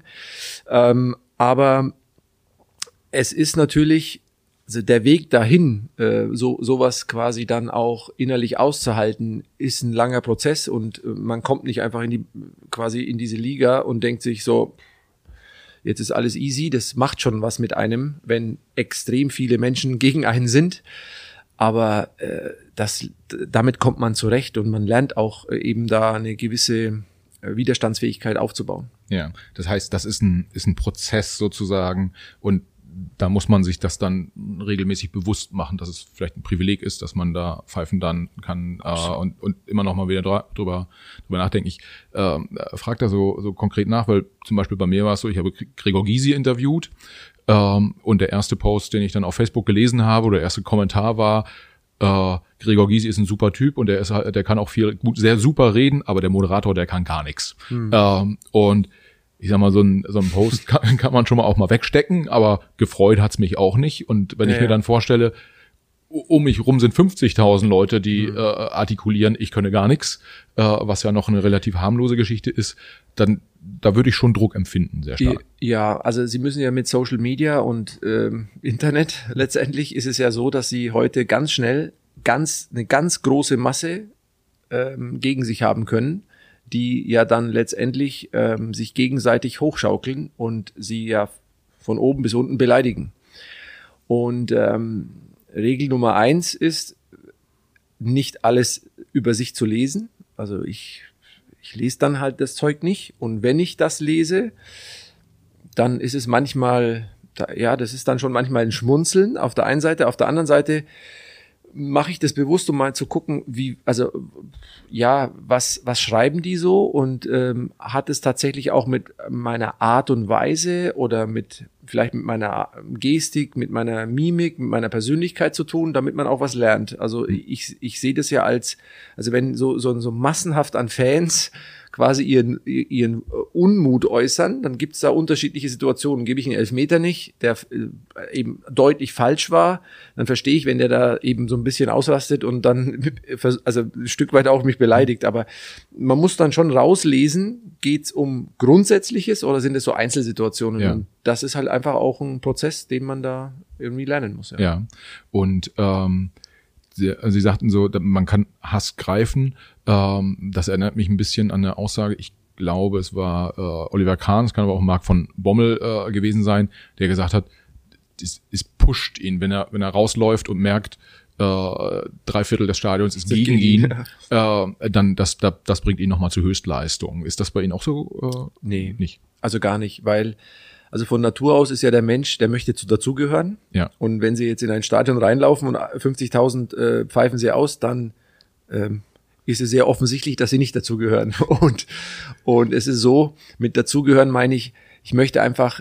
Aber es ist natürlich, also der Weg dahin, sowas quasi dann auch innerlich auszuhalten, ist ein langer Prozess und man kommt nicht einfach quasi in diese Liga und denkt sich so, jetzt ist alles easy, das macht schon was mit einem, wenn extrem viele Menschen gegen einen sind. Aber damit kommt man zurecht und man lernt auch eben da eine gewisse Widerstandsfähigkeit aufzubauen. Ja, das heißt, das ist ein Prozess sozusagen und da muss man sich das dann regelmäßig bewusst machen, dass es vielleicht ein Privileg ist, dass man da pfeifen dann kann und immer noch mal wieder drüber nachdenken. Ich frage da so konkret nach, weil zum Beispiel bei mir war es so, ich habe Gregor Gysi interviewt und der erste Post, den ich dann auf Facebook gelesen habe oder der erste Kommentar war, Gregor Gysi ist ein super Typ und der kann auch sehr super reden, aber der Moderator, der kann gar nichts. Und ich sag mal, so ein Post kann man schon mal auch mal wegstecken, aber gefreut hat's mich auch nicht. Und wenn ich mir dann vorstelle, um mich rum sind 50.000 Leute, die artikulieren, ich könne gar nichts, was ja noch eine relativ harmlose Geschichte ist, dann da würde ich schon Druck empfinden, sehr stark. Ja, also Sie müssen ja mit Social Media und Internet, letztendlich ist es ja so, dass Sie heute ganz schnell eine ganz große Masse gegen sich haben können, die ja dann letztendlich sich gegenseitig hochschaukeln und Sie ja von oben bis unten beleidigen. Und Regel Nummer 1 ist, nicht alles über sich zu lesen. Also ich lese dann halt das Zeug nicht. Und wenn ich das lese, dann ist es manchmal, das ist dann schon manchmal ein Schmunzeln auf der einen Seite. Auf der anderen Seite mache ich das bewusst, um mal zu gucken, was schreiben die so und hat es tatsächlich auch mit meiner Art und Weise oder vielleicht mit meiner Gestik, mit meiner Mimik, mit meiner Persönlichkeit zu tun, damit man auch was lernt. Also ich sehe das ja also wenn so massenhaft an Fans quasi ihren Unmut äußern, dann gibt es da unterschiedliche Situationen. Gebe ich einen Elfmeter nicht, der eben deutlich falsch war, dann verstehe ich, wenn der da eben so ein bisschen ausrastet und dann ein Stück weit auch mich beleidigt. Aber man muss dann schon rauslesen, geht es um Grundsätzliches oder sind es so Einzelsituationen? Ja. Und das ist halt einfach auch ein Prozess, den man da irgendwie lernen muss. Ja, und Sie sagten so, man kann Hass greifen. Das erinnert mich ein bisschen an eine Aussage, ich glaube, es war Oliver Kahn, es kann aber auch Marc von Bommel gewesen sein, der gesagt hat, es pusht ihn, wenn er rausläuft und merkt, 3/4 des Stadions ist gegen ihn, dann das bringt ihn nochmal zur Höchstleistung. Ist das bei Ihnen auch so? Nee, nicht. Also gar nicht, weil von Natur aus ist ja der Mensch, der möchte dazugehören. Ja. Und wenn Sie jetzt in ein Stadion reinlaufen und 50.000 pfeifen Sie aus, dann ist es sehr offensichtlich, dass Sie nicht dazugehören. Und es ist so, mit dazugehören meine ich möchte einfach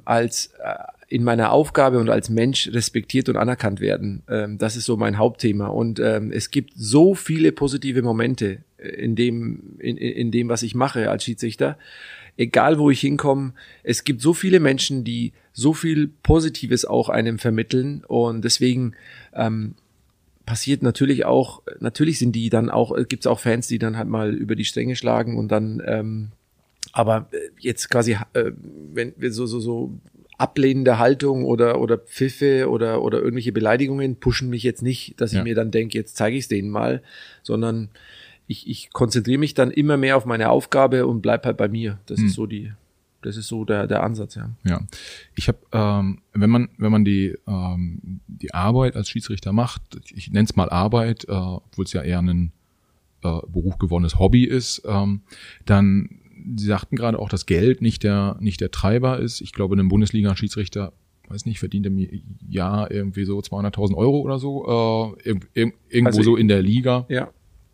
in meiner Aufgabe und als Mensch respektiert und anerkannt werden. Das ist so mein Hauptthema. Und es gibt so viele positive Momente in dem, was ich mache als Schiedsrichter. Egal, wo ich hinkomme, es gibt so viele Menschen, die so viel Positives auch einem vermitteln und deswegen passiert natürlich sind die dann auch, gibt es auch Fans, die dann halt mal über die Stränge schlagen und dann, aber jetzt quasi, wenn wir so ablehnende Haltung oder Pfiffe oder irgendwelche Beleidigungen pushen mich jetzt nicht, dass ich mir dann denke, jetzt zeige ich es denen mal, sondern ich konzentriere mich dann immer mehr auf meine Aufgabe und bleib halt bei mir. Das ist so der Ansatz, ja. Ja. Ich habe, wenn man die Arbeit als Schiedsrichter macht, ich nenne es mal Arbeit, obwohl es ja eher ein Beruf gewonnenes Hobby ist, dann, Sie sagten gerade auch, dass Geld nicht der Treiber ist. Ich glaube, ein Bundesliga-Schiedsrichter, weiß nicht, verdient im Jahr irgendwie so 200.000 Euro oder so, irgendwo also, so in der Liga. Ja.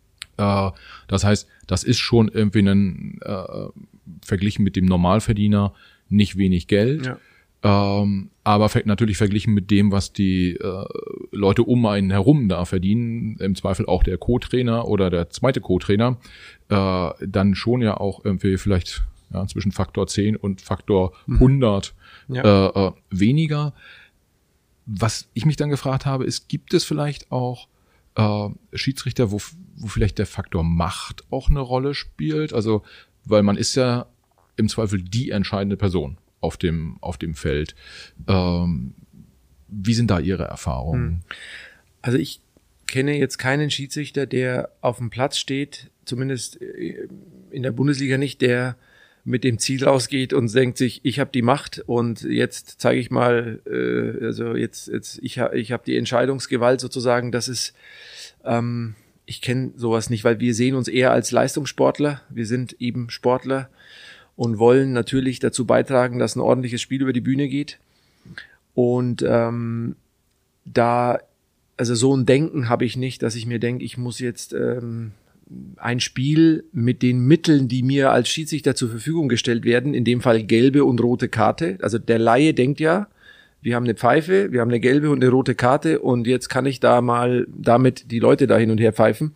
Das heißt, das ist schon irgendwie verglichen mit dem Normalverdiener nicht wenig Geld. Ja. Aber natürlich verglichen mit dem, was die Leute um einen herum da verdienen, im Zweifel auch der Co-Trainer oder der zweite Co-Trainer, dann schon ja auch irgendwie vielleicht zwischen Faktor 10 und Faktor 100 weniger. Was ich mich dann gefragt habe, ist, gibt es vielleicht auch Schiedsrichter, wo vielleicht der Faktor Macht auch eine Rolle spielt? Also, weil man ist ja im Zweifel die entscheidende Person auf dem Feld. Wie sind da Ihre Erfahrungen? Also ich kenne jetzt keinen Schiedsrichter, der auf dem Platz steht, zumindest in der Bundesliga nicht, der mit dem Ziel rausgeht und denkt sich, ich habe die Macht und jetzt zeige ich mal, ich habe die Entscheidungsgewalt sozusagen. Das ist, ich kenne sowas nicht, weil wir sehen uns eher als Leistungssportler. Wir sind eben Sportler und wollen natürlich dazu beitragen, dass ein ordentliches Spiel über die Bühne geht. Und so ein Denken habe ich nicht, dass ich mir denke, ich muss jetzt ein Spiel mit den Mitteln, die mir als Schiedsrichter zur Verfügung gestellt werden, in dem Fall gelbe und rote Karte. Also der Laie denkt ja, wir haben eine Pfeife, wir haben eine gelbe und eine rote Karte und jetzt kann ich da mal damit die Leute da hin und her pfeifen.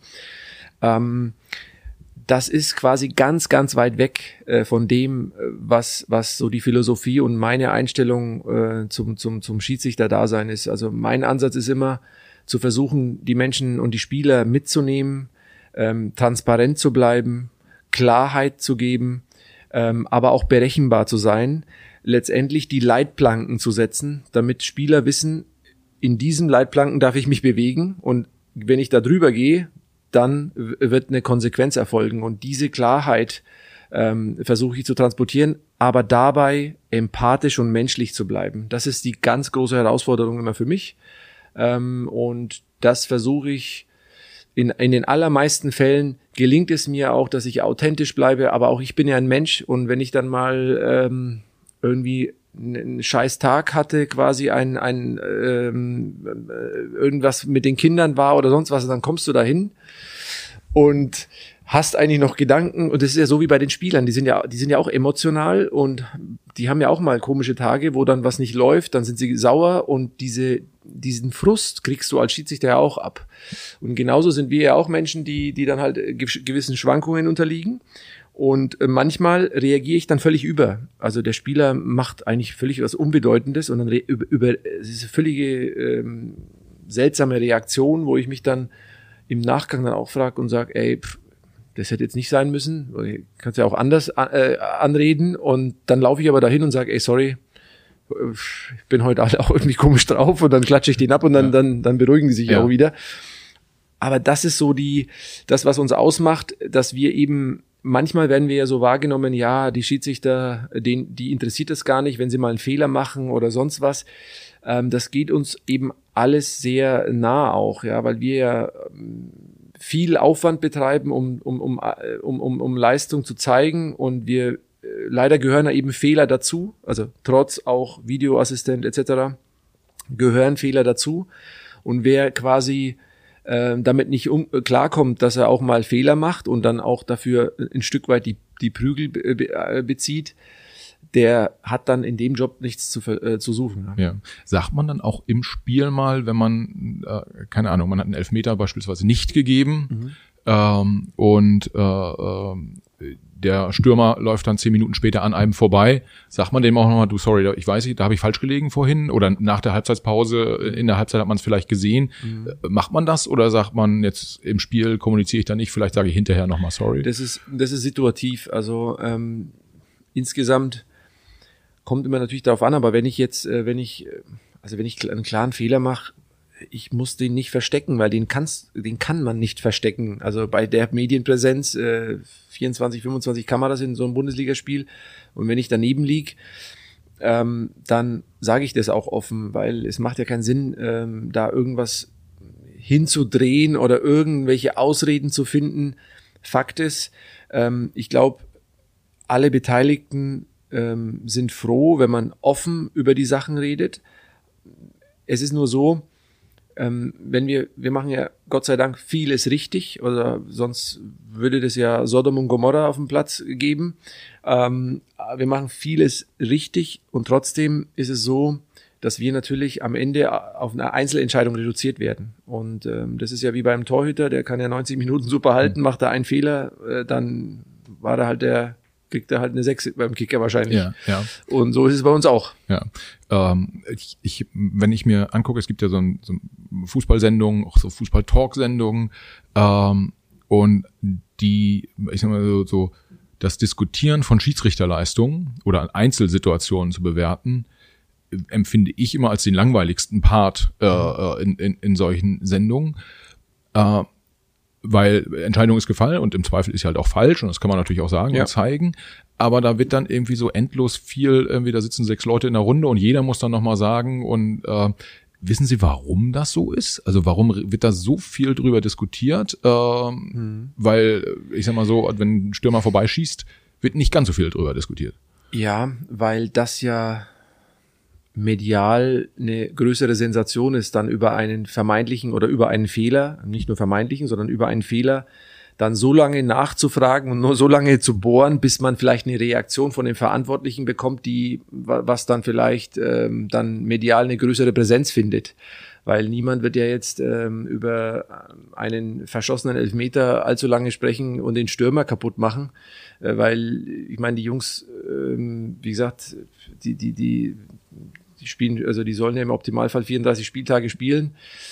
Das ist quasi ganz, ganz weit weg von dem, was so die Philosophie und meine Einstellung zum Schiedsrichter-Dasein ist. Also mein Ansatz ist immer zu versuchen, die Menschen und die Spieler mitzunehmen, transparent zu bleiben, Klarheit zu geben, aber auch berechenbar zu sein, letztendlich die Leitplanken zu setzen, damit Spieler wissen, in diesen Leitplanken darf ich mich bewegen und wenn ich da drüber gehe, dann wird eine Konsequenz erfolgen und diese Klarheit versuche ich zu transportieren, aber dabei empathisch und menschlich zu bleiben. Das ist die ganz große Herausforderung immer für mich und das versuche ich in den allermeisten Fällen gelingt es mir auch, dass ich authentisch bleibe, aber auch ich bin ja ein Mensch und wenn ich dann mal irgendwie einen scheiß Tag hatte, quasi irgendwas mit den Kindern war oder sonst was, dann kommst du dahin und hast eigentlich noch Gedanken und das ist ja so wie bei den Spielern, die sind ja auch emotional und die haben ja auch mal komische Tage, wo dann was nicht läuft, dann sind sie sauer und diesen Frust kriegst du als Schiedsrichter ja auch ab. Und genauso sind wir ja auch Menschen, die dann halt gewissen Schwankungen unterliegen. Und manchmal reagiere ich dann völlig über. Also der Spieler macht eigentlich völlig was Unbedeutendes und dann es ist eine völlige seltsame Reaktion, wo ich mich dann im Nachgang dann auch frage und sage, ey, das hätte jetzt nicht sein müssen. Kannst ja auch anders anreden. Und dann laufe ich aber dahin und sage, ey, sorry, ich bin heute auch irgendwie komisch drauf und dann klatsche ich den ab und dann beruhigen die sich auch wieder. Aber das ist so das, was uns ausmacht, dass wir eben, manchmal werden wir ja so wahrgenommen, ja, die Schiedsrichter, die interessiert das gar nicht, wenn sie mal einen Fehler machen oder sonst was. Das geht uns eben alles sehr nah auch, ja, weil wir ja viel Aufwand betreiben, um Leistung zu zeigen und wir leider gehören da eben Fehler dazu, also trotz auch Videoassistent etc. gehören Fehler dazu und wer quasi damit nicht klarkommt, dass er auch mal Fehler macht und dann auch dafür ein Stück weit die Prügel bezieht, der hat dann in dem Job nichts zu suchen. Ne? Ja. Sagt man dann auch im Spiel mal, wenn man, keine Ahnung, man hat einen Elfmeter beispielsweise nicht gegeben und der Stürmer läuft dann 10 Minuten später an einem vorbei, sagt man dem auch nochmal, du, sorry, ich weiß nicht, da habe ich falsch gelegen vorhin oder nach der Halbzeitpause, in der Halbzeit hat man es vielleicht gesehen. Macht man das oder sagt man jetzt im Spiel kommuniziere ich da nicht, vielleicht sage ich hinterher nochmal sorry? Das ist situativ, also insgesamt kommt immer natürlich darauf an, aber wenn ich einen klaren Fehler mache, ich muss den nicht verstecken, weil den kann man nicht verstecken. Also bei der Medienpräsenz, 24, 25 Kameras in so einem Bundesligaspiel und wenn ich daneben lieg, dann sage ich das auch offen, weil es macht ja keinen Sinn, da irgendwas hinzudrehen oder irgendwelche Ausreden zu finden. Fakt ist, ich glaube, alle Beteiligten sind froh, wenn man offen über die Sachen redet. Es ist nur so, wenn wir machen ja Gott sei Dank vieles richtig, oder sonst würde das ja Sodom und Gomorra auf dem Platz geben. Wir machen vieles richtig und trotzdem ist es so, dass wir natürlich am Ende auf eine Einzelentscheidung reduziert werden. Und das ist ja wie beim Torhüter, der kann ja 90 Minuten super halten, macht er einen Fehler, dann war da halt kriegt er halt eine 6 beim Kicker wahrscheinlich. Ja. Und so ist es bei uns auch. Ja. Wenn ich mir angucke, es gibt ja so Fußballsendungen, auch so Fußball-Talk-Sendungen, und die, ich sag mal so, das Diskutieren von Schiedsrichterleistungen oder Einzelsituationen zu bewerten, empfinde ich immer als den langweiligsten Part in solchen Sendungen. Weil Entscheidung ist gefallen und im Zweifel ist sie halt auch falsch und das kann man natürlich auch sagen und zeigen, aber da wird dann irgendwie so endlos viel, irgendwie da sitzen 6 Leute in der Runde und jeder muss dann nochmal sagen und wissen Sie, warum das so ist? Also warum wird da so viel drüber diskutiert? Weil, ich sag mal so, wenn ein Stürmer vorbeischießt, wird nicht ganz so viel drüber diskutiert. Ja, weil das ja medial eine größere Sensation ist, dann über einen vermeintlichen oder über einen Fehler, nicht nur vermeintlichen, sondern über einen Fehler, dann so lange nachzufragen und nur so lange zu bohren, bis man vielleicht eine Reaktion von den Verantwortlichen bekommt, was dann vielleicht dann medial eine größere Präsenz findet. Weil niemand wird ja jetzt über einen verschossenen Elfmeter allzu lange sprechen und den Stürmer kaputt machen, weil ich meine, die Jungs, wie gesagt, die spielen, also die sollen ja im Optimalfall 34 Spieltage spielen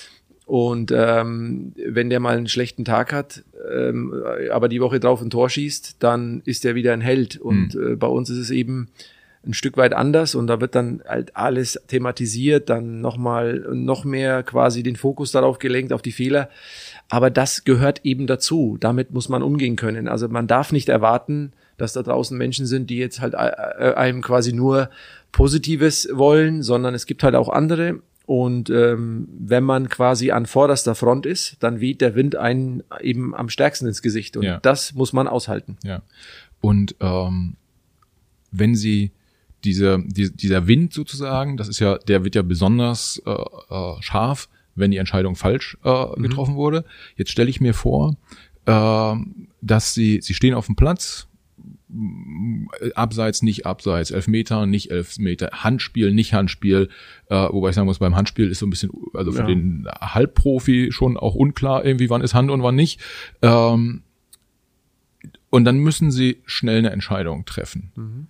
Und wenn der mal einen schlechten Tag hat, aber die Woche drauf ein Tor schießt, dann ist der wieder ein Held. Und bei uns ist es eben ein Stück weit anders und da wird dann halt alles thematisiert, dann noch mehr quasi den Fokus darauf gelenkt, auf die Fehler. Aber das gehört eben dazu. Damit muss man umgehen können. Also man darf nicht erwarten, dass da draußen Menschen sind, die jetzt halt einem quasi nur Positives wollen, sondern es gibt halt auch andere. Und wenn man quasi an vorderster Front ist, dann weht der Wind einen eben am stärksten ins Gesicht. Und das muss man aushalten. Ja. Und wenn Sie dieser Wind sozusagen, der wird ja besonders scharf, wenn die Entscheidung falsch getroffen wurde. Jetzt stelle ich mir vor, dass Sie stehen auf dem Platz, Abseits, nicht Abseits, Elfmeter, nicht Elfmeter, Handspiel, nicht Handspiel, wobei ich sagen muss, beim Handspiel ist so ein bisschen, also für den Halbprofi schon auch unklar irgendwie, wann ist Hand und wann nicht. Und dann müssen Sie schnell eine Entscheidung treffen.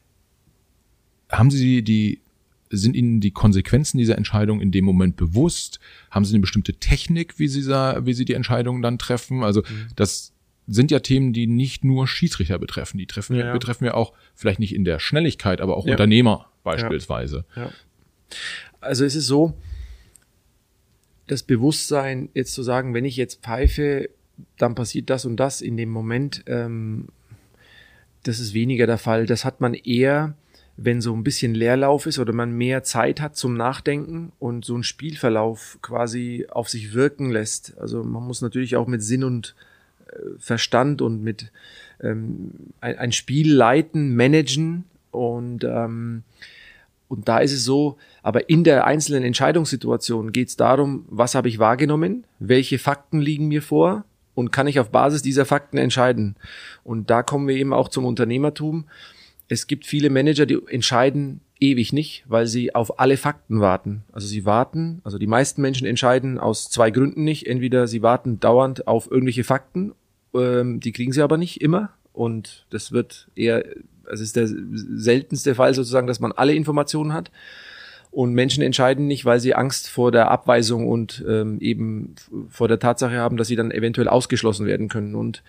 Sind Ihnen die Konsequenzen dieser Entscheidung in dem Moment bewusst? Haben Sie eine bestimmte Technik, wie Sie die Entscheidung dann treffen? Also das sind ja Themen, die nicht nur Schiedsrichter betreffen. Die betreffen ja auch vielleicht nicht in der Schnelligkeit, aber auch Unternehmer beispielsweise. Ja. Also es ist so, das Bewusstsein jetzt zu sagen, wenn ich jetzt pfeife, dann passiert das und das in dem Moment, das ist weniger der Fall. Das hat man eher, wenn so ein bisschen Leerlauf ist oder man mehr Zeit hat zum Nachdenken und so einen Spielverlauf quasi auf sich wirken lässt. Also man muss natürlich auch mit Sinn und Verstand und mit ein Spiel leiten, managen und da ist es so, aber in der einzelnen Entscheidungssituation geht es darum, was habe ich wahrgenommen, welche Fakten liegen mir vor und kann ich auf Basis dieser Fakten entscheiden. Und da kommen wir eben auch zum Unternehmertum. Es gibt viele Manager, die entscheiden ewig nicht, weil sie auf alle Fakten warten. Also die meisten Menschen entscheiden aus 2 Gründen nicht. Entweder sie warten dauernd auf irgendwelche Fakten, die kriegen sie aber nicht immer. Und das ist der seltenste Fall sozusagen, dass man alle Informationen hat. Und Menschen entscheiden nicht, weil sie Angst vor der Abweisung und eben vor der Tatsache haben, dass sie dann eventuell ausgeschlossen werden können. Und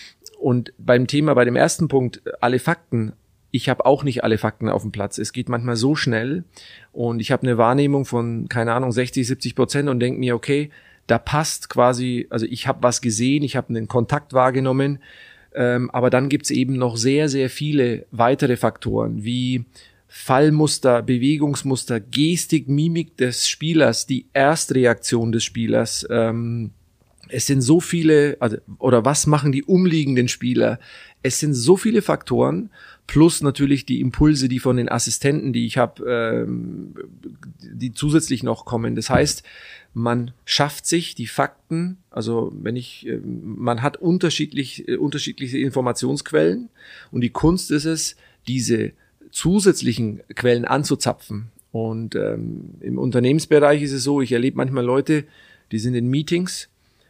bei dem ersten Punkt, alle Fakten, ich habe auch nicht alle Fakten auf dem Platz. Es geht manchmal so schnell und ich habe eine Wahrnehmung von, 60-70% und denke mir, okay, da passt quasi, also ich habe was gesehen, ich habe einen Kontakt wahrgenommen, aber dann gibt's eben noch sehr, sehr viele weitere Faktoren wie Fallmuster, Bewegungsmuster, Gestik, Mimik des Spielers, die Erstreaktion des Spielers. Es sind so viele, oder was machen die umliegenden Spieler? Es sind so viele Faktoren, plus natürlich die Impulse, die von den Assistenten, die ich habe, die zusätzlich noch kommen. Das heißt, man schafft sich die Fakten, also man hat unterschiedliche Informationsquellen und die Kunst ist es, diese zusätzlichen Quellen anzuzapfen. Und im Unternehmensbereich ist es so, ich erlebe manchmal Leute, die sind in Meetings,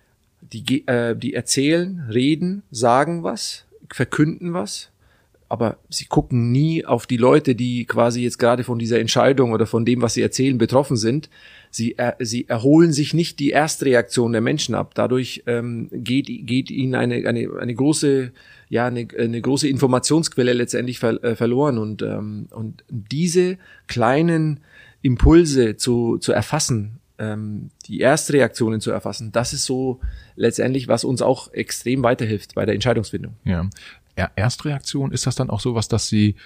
die erzählen, reden, sagen was, verkünden was, aber sie gucken nie auf die Leute, die quasi jetzt gerade von dieser Entscheidung oder von dem, was sie erzählen, betroffen sind. Sie erholen sich nicht die Erstreaktion der Menschen ab. Dadurch geht ihnen eine große Informationsquelle letztendlich verloren. Und diese kleinen Impulse zu erfassen, die Erstreaktionen zu erfassen, das ist so letztendlich, was uns auch extrem weiterhilft bei der Entscheidungsfindung. Ja. Erstreaktion, ist das dann auch sowas, dass Sie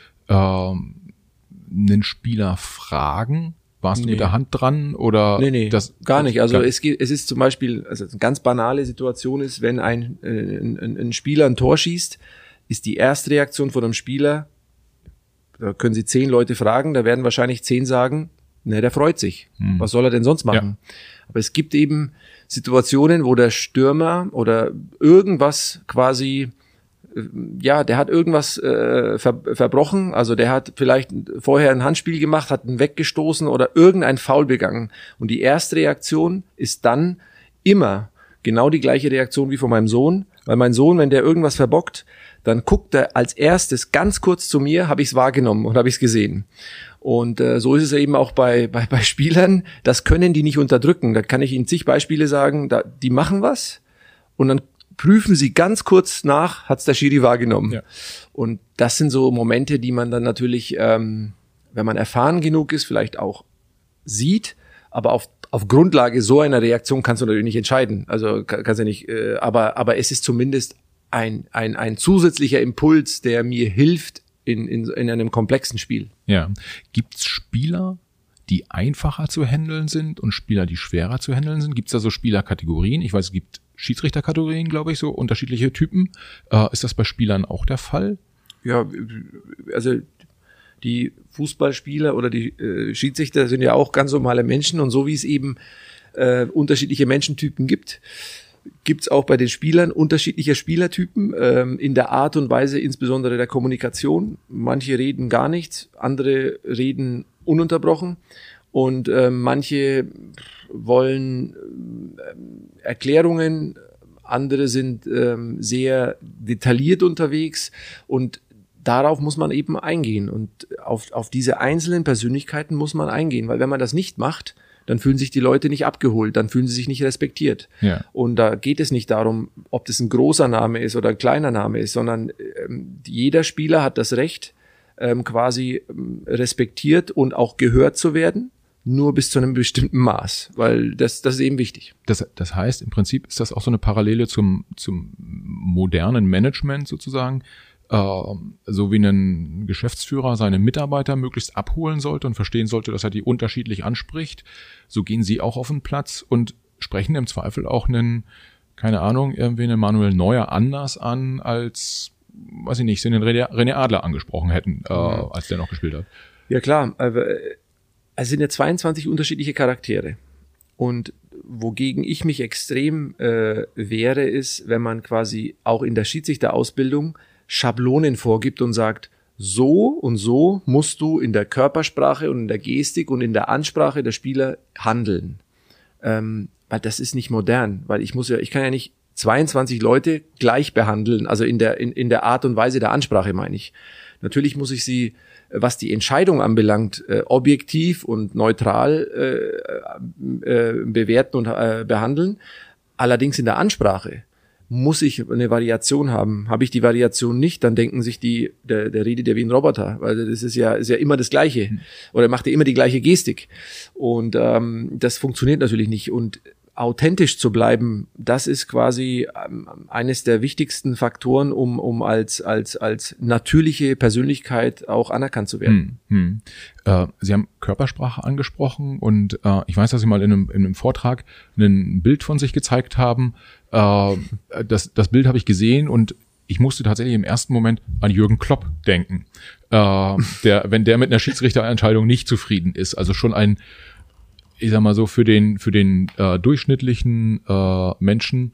einen Spieler fragen, warst du mit der Hand dran oder? Nee, das gar nicht. Also es ist zum Beispiel, also eine ganz banale Situation ist, wenn ein Spieler ein Tor schießt, ist die Erstreaktion von einem Spieler, da können Sie 10 Leute fragen, da werden wahrscheinlich 10 sagen, der freut sich. Was soll er denn sonst machen? Ja. Aber es gibt eben Situationen, wo der Stürmer oder irgendwas quasi, der hat irgendwas verbrochen, also der hat vielleicht vorher ein Handspiel gemacht, hat ihn weggestoßen oder irgendein Foul begangen. Und die erste Reaktion ist dann immer genau die gleiche Reaktion wie von meinem Sohn. Weil mein Sohn, wenn der irgendwas verbockt, dann guckt er als erstes ganz kurz zu mir, habe ich es wahrgenommen und habe ich es gesehen. Und so ist es eben auch bei Spielern, das können die nicht unterdrücken. Da kann ich Ihnen zig Beispiele sagen, die machen was und dann prüfen sie ganz kurz nach, hat's der Schiri wahrgenommen. Ja. Und das sind so Momente, die man dann natürlich, wenn man erfahren genug ist, vielleicht auch sieht, aber auf Grundlage so einer Reaktion kannst du natürlich nicht entscheiden. Also kannst du nicht, aber es ist zumindest ein zusätzlicher Impuls, der mir hilft in einem komplexen Spiel. Ja. Gibt's Spieler, die einfacher zu handeln sind und Spieler, die schwerer zu handeln sind? Gibt's da so Spielerkategorien? Ich weiß, es gibt Schiedsrichterkategorien, glaube ich, so unterschiedliche Typen. Ist das bei Spielern auch der Fall? Ja, also die Fußballspieler oder die Schiedsrichter sind ja auch ganz normale Menschen und so wie es eben unterschiedliche Menschentypen gibt, gibt's auch bei den Spielern unterschiedliche Spielertypen in der Art und Weise, insbesondere der Kommunikation. Manche reden gar nichts, andere reden ununterbrochen und manche wollen Erklärungen, andere sind sehr detailliert unterwegs und darauf muss man eben eingehen und auf diese einzelnen Persönlichkeiten muss man eingehen, weil wenn man das nicht macht, dann fühlen sich die Leute nicht abgeholt, dann fühlen sie sich nicht respektiert. Ja. Und da geht es nicht darum, ob das ein großer Name ist oder ein kleiner Name ist, sondern jeder Spieler hat das Recht, quasi respektiert und auch gehört zu werden, nur bis zu einem bestimmten Maß, weil das ist eben wichtig. Das heißt, im Prinzip ist das auch so eine Parallele zum modernen Management sozusagen, so wie ein Geschäftsführer seine Mitarbeiter möglichst abholen sollte und verstehen sollte, dass er die unterschiedlich anspricht. So gehen sie auch auf den Platz und sprechen im Zweifel auch irgendwie einen Manuel Neuer anders an, als, weiß ich nicht, sie den René Adler angesprochen hätten, als der noch gespielt hat. Ja klar, es sind ja 22 unterschiedliche Charaktere. Und wogegen ich mich extrem wehre, ist, wenn man quasi auch in der Schiedsrichterausbildung Schablonen vorgibt und sagt, so und so musst du in der Körpersprache und in der Gestik und in der Ansprache der Spieler handeln. Weil das ist nicht modern, weil ich kann ja nicht 22 Leute gleich behandeln, also in der Art und Weise der Ansprache meine ich. Natürlich muss ich sie, was die Entscheidung anbelangt, objektiv und neutral bewerten und behandeln. Allerdings in der Ansprache muss ich eine Variation haben. Habe ich die Variation nicht, dann denken sich der redet ja wie ein Roboter, weil das ist ja immer das Gleiche. Oder macht ja immer die gleiche Gestik. Und das funktioniert natürlich nicht. Und authentisch zu bleiben, das ist quasi eines der wichtigsten Faktoren, um als natürliche Persönlichkeit auch anerkannt zu werden. Sie haben Körpersprache angesprochen und ich weiß, dass Sie mal in einem Vortrag ein Bild von sich gezeigt haben. Das Bild habe ich gesehen und ich musste tatsächlich im ersten Moment an Jürgen Klopp denken, wenn der mit einer Schiedsrichterentscheidung nicht zufrieden ist. Also schon ich sag mal so, für den durchschnittlichen Menschen,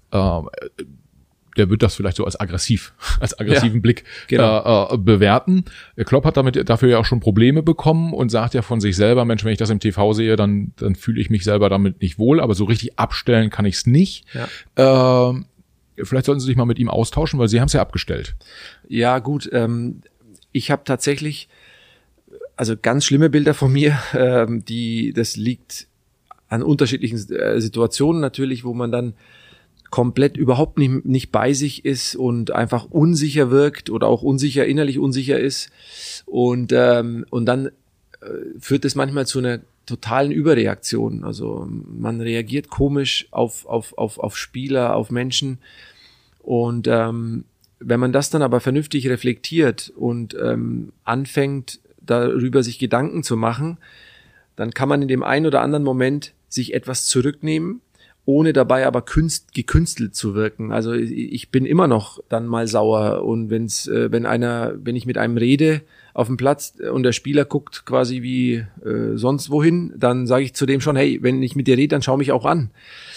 der wird das vielleicht so als aggressiven Blick bewerten. Klopp hat dafür ja auch schon Probleme bekommen und sagt ja von sich selber, Mensch, wenn ich das im TV sehe, dann fühle ich mich selber damit nicht wohl, aber so richtig abstellen kann ich es nicht. Ja. Vielleicht sollten Sie sich mal mit ihm austauschen, weil Sie haben es ja abgestellt. Ja, gut. Ich habe tatsächlich ganz schlimme Bilder von mir, das liegt an unterschiedlichen Situationen natürlich, wo man dann komplett überhaupt nicht bei sich ist und einfach unsicher wirkt oder auch innerlich unsicher ist und dann führt es manchmal zu einer totalen Überreaktion. Also man reagiert komisch auf Spieler, auf Menschen und wenn man das dann aber vernünftig reflektiert und anfängt darüber sich Gedanken zu machen, dann kann man in dem einen oder anderen Moment sich etwas zurücknehmen, ohne dabei aber gekünstelt zu wirken. Also ich bin immer noch dann mal sauer und wenn ich mit einem rede auf dem Platz und der Spieler guckt quasi wie sonst wohin, dann sage ich zu dem schon, hey, wenn ich mit dir rede, dann schau mich auch an.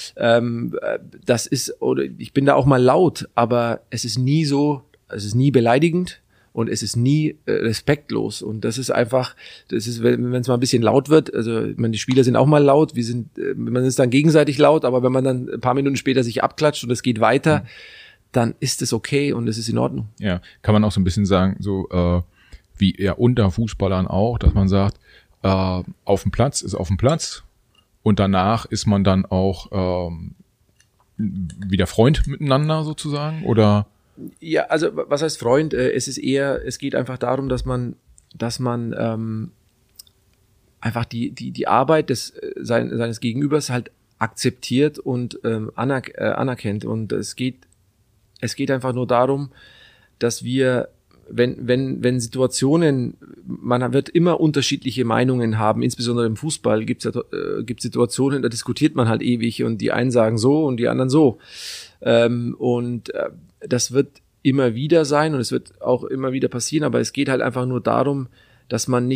Ich bin da auch mal laut, aber es ist nie beleidigend. Und es ist nie respektlos. Und das ist einfach, wenn es mal ein bisschen laut wird, also ich meine, die Spieler sind auch mal laut, man ist dann gegenseitig laut, aber wenn man dann ein paar Minuten später sich abklatscht und es geht weiter, dann ist es okay und es ist in Ordnung. Ja, kann man auch so ein bisschen sagen, so wie eher unter Fußballern auch, dass man sagt, auf dem Platz ist auf dem Platz und danach ist man dann auch wieder Freund miteinander sozusagen, oder? Ja, also was heißt Freund? Es geht einfach darum, dass man einfach die Arbeit seines Gegenübers halt akzeptiert und anerkennt. Und es geht einfach nur darum, dass wir, wenn Situationen, man wird immer unterschiedliche Meinungen haben, insbesondere im Fußball gibt Situationen, da diskutiert man halt ewig und die einen sagen so und die anderen so. Das wird immer wieder sein und es wird auch immer wieder passieren, aber es geht halt einfach nur darum, dass man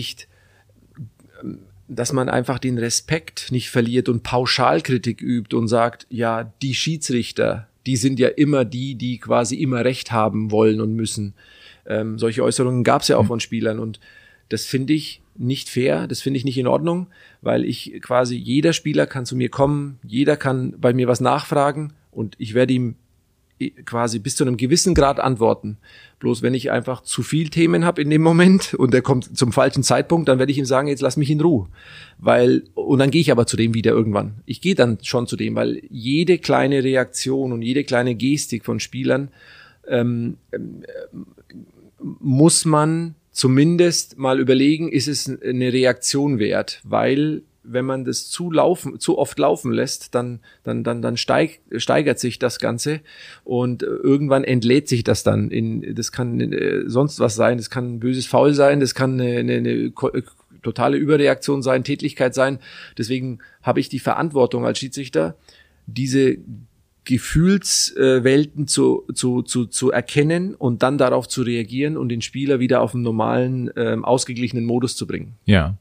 einfach den Respekt nicht verliert und Pauschalkritik übt und sagt, ja, die Schiedsrichter, die sind ja immer die quasi immer Recht haben wollen und müssen. Solche Äußerungen gab es ja auch von Spielern und das finde ich nicht fair, das finde ich nicht in Ordnung, weil jeder Spieler kann zu mir kommen, jeder kann bei mir was nachfragen und ich werde ihm quasi bis zu einem gewissen Grad antworten. Bloß wenn ich einfach zu viel Themen habe in dem Moment und der kommt zum falschen Zeitpunkt, dann werde ich ihm sagen, jetzt lass mich in Ruhe. Und dann gehe ich aber zu dem wieder irgendwann. Ich gehe dann schon zu dem, weil jede kleine Reaktion und jede kleine Gestik von Spielern muss man zumindest mal überlegen, ist es eine Reaktion wert, weil wenn man das zu oft laufen lässt, dann steigert sich das Ganze und irgendwann entlädt sich das dann das kann sonst was sein, das kann ein böses Foul sein, das kann eine totale Überreaktion sein, Tätlichkeit sein. Deswegen habe ich die Verantwortung als Schiedsrichter, diese Gefühlswelten zu erkennen und dann darauf zu reagieren und den Spieler wieder auf einen normalen, ausgeglichenen Modus zu bringen. Ja.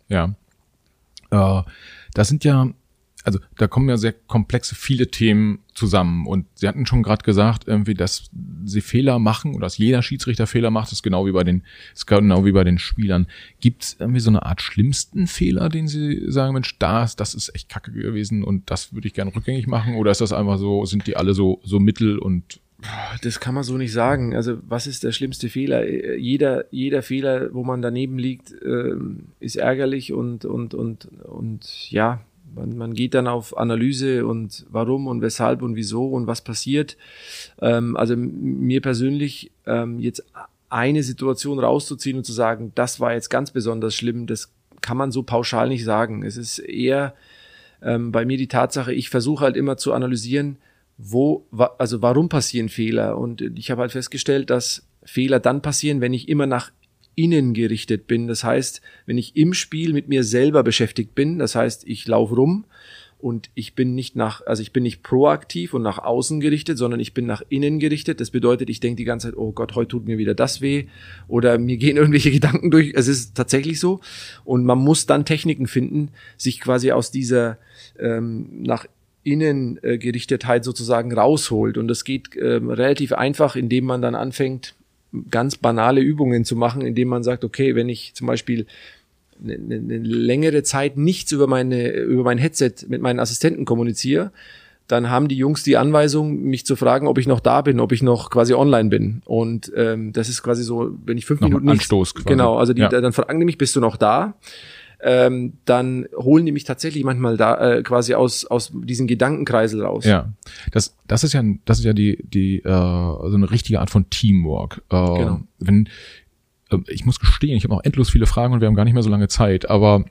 Das sind ja, also da kommen ja sehr komplexe, viele Themen zusammen und Sie hatten schon gerade gesagt, irgendwie, dass Sie Fehler machen oder dass jeder Schiedsrichter Fehler macht, ist genau wie bei den Spielern. Gibt es irgendwie so eine Art schlimmsten Fehler, den Sie sagen, Mensch, das ist echt kacke gewesen und das würde ich gerne rückgängig machen, oder ist das einfach so, sind die alle so mittel und das kann man so nicht sagen. Also was ist der schlimmste Fehler? Jeder Fehler, wo man daneben liegt, ist ärgerlich und ja, man geht dann auf Analyse und warum und weshalb und wieso und was passiert. Also mir persönlich jetzt eine Situation rauszuziehen und zu sagen, das war jetzt ganz besonders schlimm, das kann man so pauschal nicht sagen. Es ist eher bei mir die Tatsache, ich versuche halt immer zu analysieren, warum passieren Fehler? Und ich habe halt festgestellt, dass Fehler dann passieren, wenn ich immer nach innen gerichtet bin. Das heißt, wenn ich im Spiel mit mir selber beschäftigt bin, das heißt, ich laufe rum und ich bin nicht proaktiv und nach außen gerichtet, sondern ich bin nach innen gerichtet. Das bedeutet, ich denke die ganze Zeit, oh Gott, heute tut mir wieder das weh oder mir gehen irgendwelche Gedanken durch. Es ist tatsächlich so. Und man muss dann Techniken finden, sich quasi aus dieser nach Innengerichtetheit sozusagen rausholt. Und das geht relativ einfach, indem man dann anfängt, ganz banale Übungen zu machen, indem man sagt, okay, wenn ich zum Beispiel eine längere Zeit nichts über mein Headset mit meinen Assistenten kommuniziere, dann haben die Jungs die Anweisung, mich zu fragen, ob ich noch da bin, ob ich noch quasi online bin. Und das ist quasi so, wenn ich 5 Minuten nichts... Anstoß quasi. Genau, also dann fragen die mich, bist du noch da? Dann holen die mich tatsächlich manchmal da quasi aus diesen Gedankenkreisel raus. Ja, das ist ja die so eine richtige Art von Teamwork. Genau. Ich muss gestehen, ich habe noch endlos viele Fragen und wir haben gar nicht mehr so lange Zeit, aber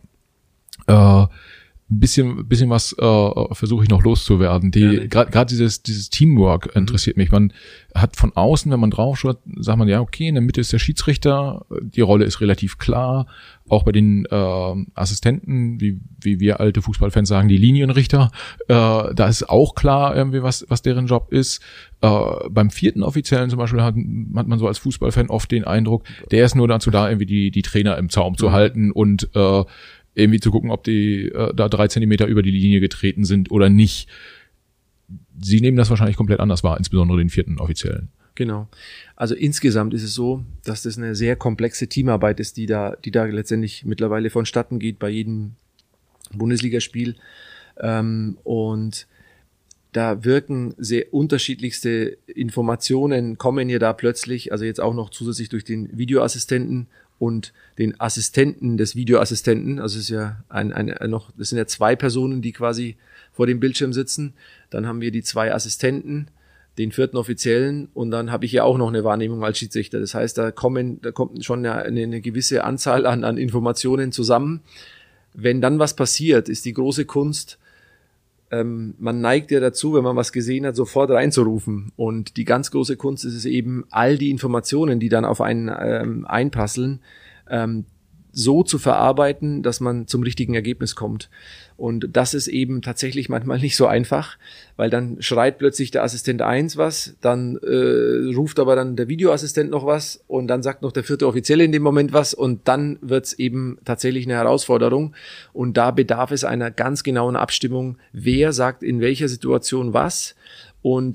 bisschen was versuche ich noch loszuwerden. Gerade dieses Teamwork interessiert mich. Man hat von außen, wenn man draufschaut, sagt man, ja, okay, in der Mitte ist der Schiedsrichter, die Rolle ist relativ klar. Auch bei den Assistenten, wie wir alte Fußballfans sagen, die Linienrichter, da ist auch klar irgendwie, was deren Job ist. Beim 4. Offiziellen zum Beispiel hat man so als Fußballfan oft den Eindruck, der ist nur dazu da, irgendwie die Trainer im Zaum zu halten und irgendwie zu gucken, ob die da 3 Zentimeter über die Linie getreten sind oder nicht. Sie nehmen das wahrscheinlich komplett anders wahr, insbesondere den 4. Offiziellen. Genau. Also insgesamt ist es so, dass das eine sehr komplexe Teamarbeit ist, die da letztendlich mittlerweile vonstatten geht bei jedem Bundesligaspiel. Und da wirken sehr unterschiedlichste Informationen, kommen ja da plötzlich, also jetzt auch noch zusätzlich durch den Videoassistenten und den Assistenten des Videoassistenten, also es ist ja das sind ja 2 Personen, die quasi vor dem Bildschirm sitzen, dann haben wir die 2 Assistenten, den 4. Offiziellen und dann habe ich ja auch noch eine Wahrnehmung als Schiedsrichter. Das heißt, da kommt schon eine gewisse Anzahl an Informationen zusammen. Wenn dann was passiert, ist die große Kunst, man neigt ja dazu, wenn man was gesehen hat, sofort reinzurufen. Und die ganz große Kunst ist es eben, all die Informationen, die dann auf einen einprasseln, so zu verarbeiten, dass man zum richtigen Ergebnis kommt. Und das ist eben tatsächlich manchmal nicht so einfach, weil dann schreit plötzlich der Assistent 1 was, dann ruft aber dann der Videoassistent noch was und dann sagt noch der 4. Offizielle in dem Moment was und dann wird's eben tatsächlich eine Herausforderung. Und da bedarf es einer ganz genauen Abstimmung, wer sagt in welcher Situation was und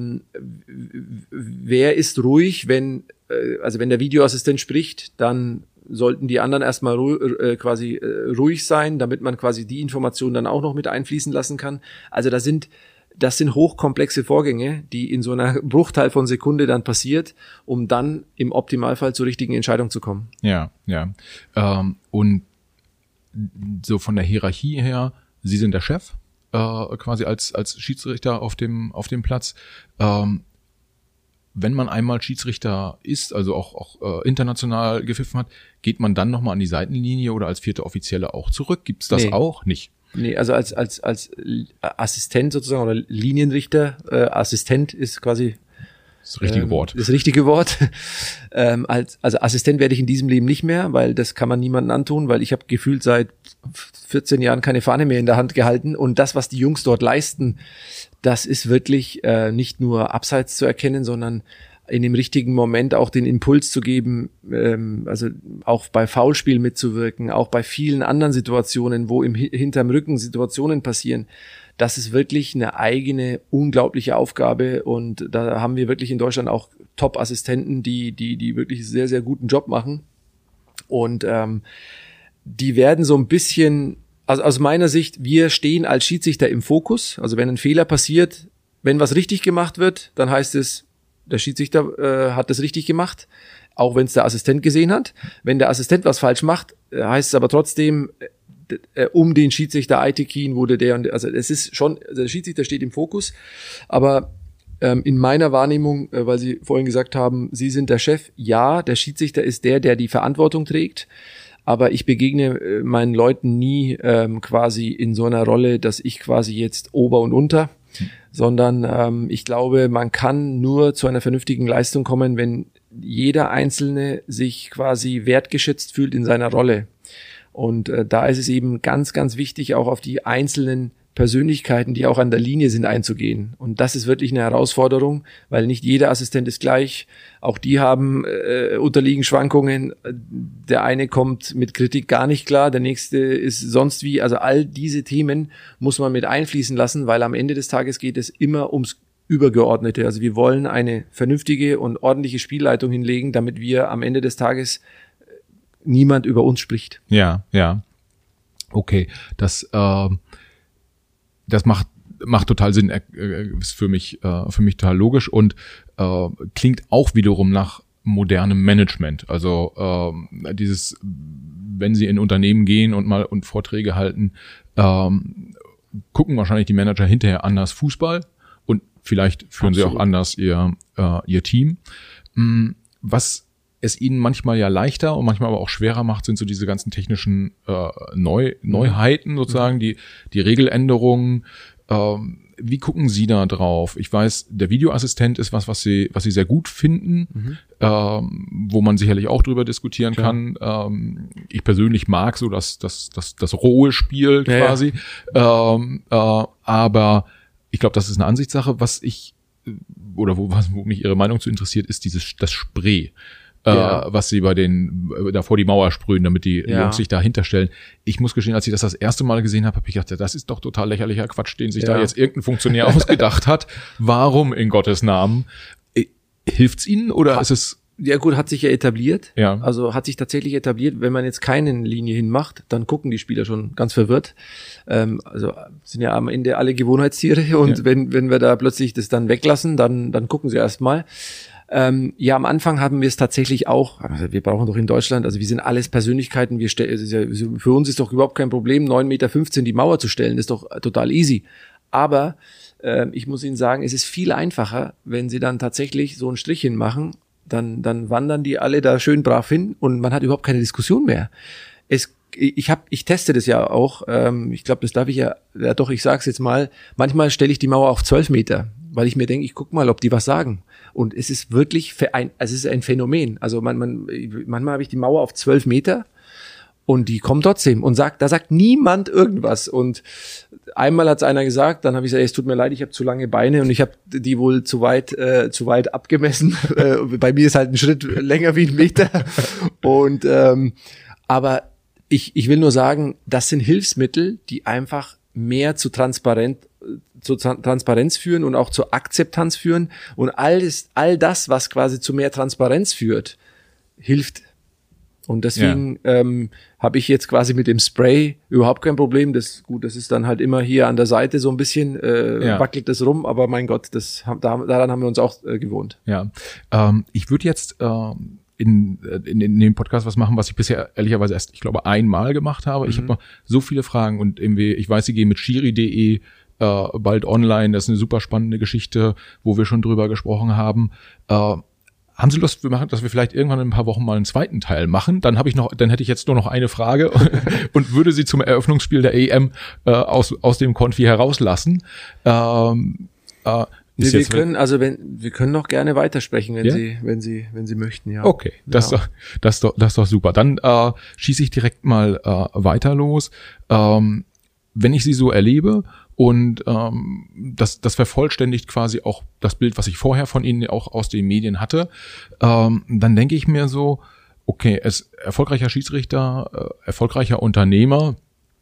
wer ist ruhig, wenn der Videoassistent spricht, dann sollten die anderen erstmal ruhig sein, damit man quasi die Informationen dann auch noch mit einfließen lassen kann. Also das sind hochkomplexe Vorgänge, die in so einer Bruchteil von Sekunde dann passiert, um dann im Optimalfall zur richtigen Entscheidung zu kommen. Ja. Und so von der Hierarchie her, Sie sind der Chef, quasi als Schiedsrichter auf dem Platz. Wenn man einmal Schiedsrichter ist, also auch international gepfiffen hat, geht man dann nochmal an die Seitenlinie oder als 4. Offizielle auch zurück? Gibt's das auch? Nicht? Nee, also als Assistent sozusagen oder Linienrichter, Assistent ist quasi das richtige Wort. Das richtige Wort. Also Assistent werde ich in diesem Leben nicht mehr, weil das kann man niemandem antun, weil ich habe gefühlt seit 14 Jahren keine Fahne mehr in der Hand gehalten und das, was die Jungs dort leisten, das ist wirklich nicht nur abseits zu erkennen, sondern in dem richtigen Moment auch den Impuls zu geben, also auch bei Foulspiel mitzuwirken, auch bei vielen anderen Situationen, wo hinterm Rücken Situationen passieren. Das ist wirklich eine eigene, unglaubliche Aufgabe und da haben wir wirklich in Deutschland auch Top-Assistenten, die wirklich sehr, sehr guten Job machen und die werden so ein bisschen, also aus meiner Sicht, wir stehen als Schiedsrichter im Fokus, also wenn ein Fehler passiert, wenn was richtig gemacht wird, dann heißt es, der Schiedsrichter hat das richtig gemacht, auch wenn es der Assistent gesehen hat. Wenn der Assistent was falsch macht, heißt es aber trotzdem, um den Schiedsrichter Aytekin wurde also es ist schon, der Schiedsrichter steht im Fokus, aber in meiner Wahrnehmung, weil Sie vorhin gesagt haben, Sie sind der Chef, ja, der Schiedsrichter ist der die Verantwortung trägt, aber ich begegne meinen Leuten nie quasi in so einer Rolle, dass ich quasi jetzt Ober und Unter, sondern ich glaube, man kann nur zu einer vernünftigen Leistung kommen, wenn jeder Einzelne sich quasi wertgeschätzt fühlt in seiner Rolle. Und da ist es eben ganz, ganz wichtig, auch auf die einzelnen Persönlichkeiten, die auch an der Linie sind, einzugehen. Und das ist wirklich eine Herausforderung, weil nicht jeder Assistent ist gleich. Auch die haben unterliegen Schwankungen. Der eine kommt mit Kritik gar nicht klar, der nächste ist sonst wie. Also all diese Themen muss man mit einfließen lassen, weil am Ende des Tages geht es immer ums Übergeordnete. Also wir wollen eine vernünftige und ordentliche Spielleitung hinlegen, damit wir am Ende des Tages niemand über uns spricht. Ja. Okay, das macht total Sinn, ist für mich total logisch und klingt auch wiederum nach modernem Management. Also dieses, wenn Sie in Unternehmen gehen und Vorträge halten, gucken wahrscheinlich die Manager hinterher anders Fußball und vielleicht führen sie auch anders ihr Team. Was es ihnen manchmal ja leichter und manchmal aber auch schwerer macht, sind so diese ganzen technischen Neuheiten sozusagen, die Regeländerungen. Wie gucken Sie da drauf? Ich weiß, der Videoassistent ist was Sie sehr gut finden, wo man sicherlich auch drüber diskutieren kann. Ich persönlich mag so das rohe Spiel quasi. Ja. Aber ich glaube, das ist eine Ansichtssache. Wo mich Ihre Meinung zu interessiert, ist das Spray. Was sie da vor die Mauer sprühen, damit die Jungs sich dahinter stellen. Ich muss gestehen, als ich das erste Mal gesehen habe, habe ich gedacht, das ist doch total lächerlicher Quatsch, den sich da jetzt irgendein Funktionär ausgedacht hat. Warum in Gottes Namen? Hilft's Ihnen oder ist es... Ja gut, hat sich ja etabliert. Ja. Also hat sich tatsächlich etabliert. Wenn man jetzt keine Linie hinmacht, dann gucken die Spieler schon ganz verwirrt. Also sind ja am Ende alle Gewohnheitstiere und wenn wir da plötzlich das dann weglassen, dann gucken sie erstmal. Ja, am Anfang haben wir es tatsächlich auch, also wir brauchen doch in Deutschland, also wir sind alles Persönlichkeiten, für uns ist doch überhaupt kein Problem, 9,15 Meter die Mauer zu stellen, ist doch total easy. Aber ich muss Ihnen sagen, es ist viel einfacher, wenn Sie dann tatsächlich so einen Strich hinmachen, dann wandern die alle da schön brav hin und man hat überhaupt keine Diskussion mehr. Ich teste das ja auch, ich glaube, das darf ich ja doch, ich sag's jetzt mal, manchmal stelle ich die Mauer auf 12 Meter, weil ich mir denke, ich guck mal, ob die was sagen. Und es ist wirklich, es ist ein Phänomen. Also manchmal habe ich die Mauer auf 12 Meter und die kommen trotzdem und da sagt niemand irgendwas. Und einmal hat es einer gesagt, dann habe ich gesagt, es tut mir leid, ich habe zu lange Beine und ich habe die wohl zu weit abgemessen. Bei mir ist halt ein Schritt länger wie ein Meter. Und aber ich will nur sagen, das sind Hilfsmittel, die einfach mehr zu Transparenz führen und auch zur Akzeptanz führen. Und all das, was quasi zu mehr Transparenz führt, hilft. Und deswegen habe ich jetzt quasi mit dem Spray überhaupt kein Problem. Das ist dann halt immer hier an der Seite so ein bisschen, wackelt das rum, aber mein Gott, daran haben wir uns auch gewohnt. Ja, ich würde jetzt in dem Podcast was machen, was ich bisher ehrlicherweise erst, ich glaube, einmal gemacht habe. Ich habe noch so viele Fragen und irgendwie, ich weiß, Sie gehen mit Schiri.de bald online. Das ist eine super spannende Geschichte, wo wir schon drüber gesprochen haben. Haben Sie Lust, dass wir vielleicht irgendwann in ein paar Wochen mal einen zweiten Teil machen? Dann hätte ich jetzt nur noch eine Frage und würde Sie zum Eröffnungsspiel der EM aus dem Konfi herauslassen. Wir können noch gerne weitersprechen, wenn Sie möchten, ja. Okay, das ist doch super. Dann schieße ich direkt mal weiter los. Wenn ich Sie so erlebe und das vervollständigt quasi auch das Bild, was ich vorher von Ihnen auch aus den Medien hatte, dann denke ich mir so, okay, erfolgreicher Schiedsrichter, erfolgreicher Unternehmer,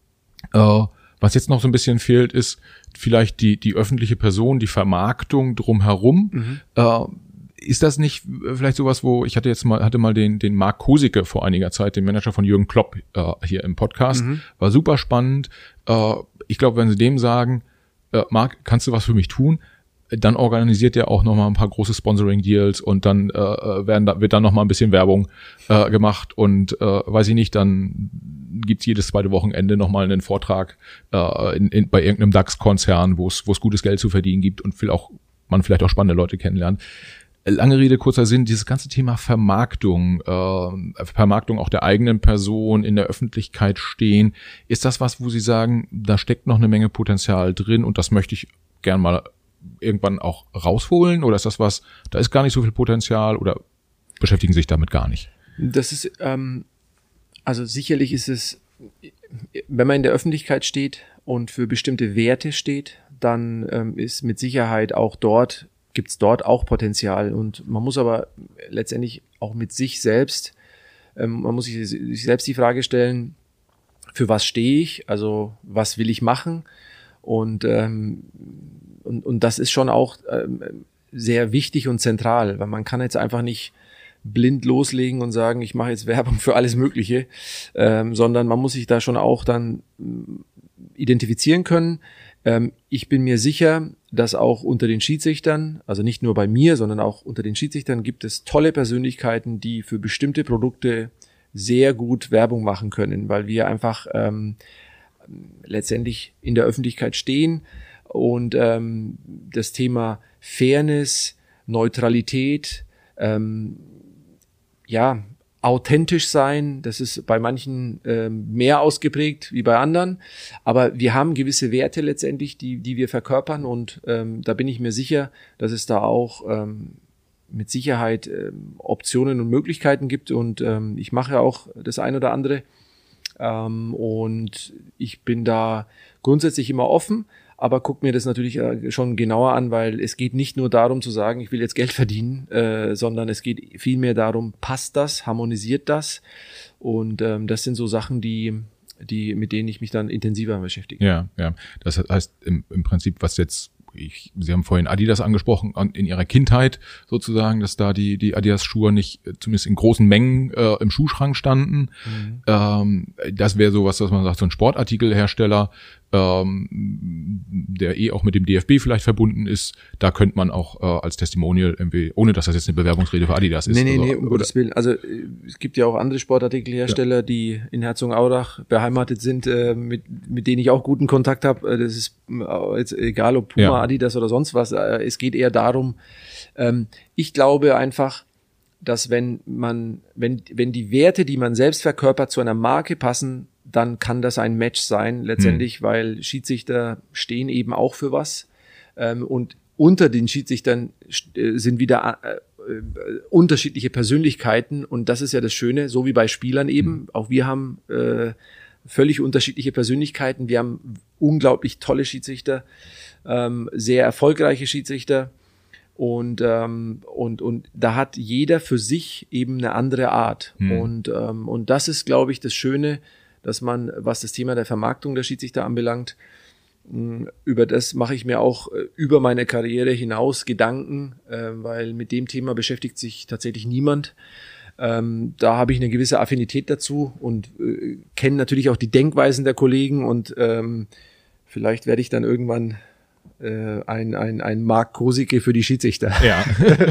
was jetzt noch so ein bisschen fehlt, ist vielleicht die öffentliche Person, die Vermarktung drumherum. Ist das nicht vielleicht sowas, wo ich hatte mal den Marc Kosicke vor einiger Zeit, den Manager von Jürgen Klopp, hier im Podcast. War super spannend. Ich glaube, wenn Sie dem sagen, Marc, kannst du was für mich tun? Dann organisiert er auch nochmal ein paar große Sponsoring-Deals und dann wird dann nochmal ein bisschen Werbung gemacht und weiß ich nicht, dann gibt's jedes zweite Wochenende nochmal einen Vortrag bei irgendeinem DAX-Konzern, wo es gutes Geld zu verdienen gibt und man vielleicht auch spannende Leute kennenlernt. Lange Rede, kurzer Sinn, dieses ganze Thema Vermarktung auch der eigenen Person, in der Öffentlichkeit stehen, ist das was, wo Sie sagen, da steckt noch eine Menge Potenzial drin und das möchte ich gern mal irgendwann auch rausholen? Oder ist das was, da ist gar nicht so viel Potenzial oder beschäftigen Sie sich damit gar nicht? Das ist, also sicherlich ist es, wenn man in der Öffentlichkeit steht und für bestimmte Werte steht, dann ist mit Sicherheit auch gibt's dort auch Potenzial und man muss aber letztendlich auch mit sich selbst, man muss sich selbst die Frage stellen, für was stehe ich, also was will ich machen und das ist schon auch sehr wichtig und zentral, weil man kann jetzt einfach nicht blind loslegen und sagen, ich mache jetzt Werbung für alles Mögliche, sondern man muss sich da schon auch dann identifizieren können. Ich bin mir sicher, dass auch unter den Schiedsrichtern, also nicht nur bei mir, sondern auch unter den Schiedsrichtern gibt es tolle Persönlichkeiten, die für bestimmte Produkte sehr gut Werbung machen können, weil wir einfach letztendlich in der Öffentlichkeit stehen und das Thema Fairness, Neutralität, authentisch sein, das ist bei manchen mehr ausgeprägt wie bei anderen, aber wir haben gewisse Werte letztendlich, die wir verkörpern und da bin ich mir sicher, dass es da auch mit Sicherheit Optionen und Möglichkeiten gibt und ich mache auch das ein oder andere und ich bin da grundsätzlich immer offen, aber guck mir das natürlich schon genauer an, weil es geht nicht nur darum zu sagen, ich will jetzt Geld verdienen, sondern es geht vielmehr darum, passt das, harmonisiert das und das sind so Sachen, mit denen ich mich dann intensiver beschäftige. Ja. Das heißt im Prinzip, was jetzt Sie haben vorhin Adidas angesprochen, in ihrer Kindheit sozusagen, dass da die Adidas-Schuhe nicht, zumindest in großen Mengen im Schuhschrank standen. Das wäre sowas, dass man sagt, so ein Sportartikelhersteller, der auch mit dem DFB vielleicht verbunden ist, da könnte man auch als Testimonial irgendwie, ohne dass das jetzt eine Bewerbungsrede für Adidas ist. Nee, um Gottes Willen. Also es gibt ja auch andere Sportartikelhersteller, die in Herzogenaurach beheimatet sind, mit denen ich auch guten Kontakt habe. Das ist jetzt egal, ob Puma, Adidas oder sonst was. Es geht eher darum, ich glaube einfach, dass wenn die Werte, die man selbst verkörpert, zu einer Marke passen, dann kann das ein Match sein, letztendlich, weil Schiedsrichter stehen eben auch für was. Und unter den Schiedsrichtern sind wieder unterschiedliche Persönlichkeiten. Und das ist ja das Schöne, so wie bei Spielern eben. Auch wir haben völlig unterschiedliche Persönlichkeiten. Wir haben unglaublich tolle Schiedsrichter, sehr erfolgreiche Schiedsrichter. Und da hat jeder für sich eben eine andere Art. Und das ist, glaube ich, das Schöne, dass man, was das Thema der Vermarktung der Schiedsrichter anbelangt, über das mache ich mir auch über meine Karriere hinaus Gedanken, weil mit dem Thema beschäftigt sich tatsächlich niemand. Da habe ich eine gewisse Affinität dazu und kenne natürlich auch die Denkweisen der Kollegen und vielleicht werde ich dann irgendwann ein Marc Kosicke für die Schiedsrichter. Ja.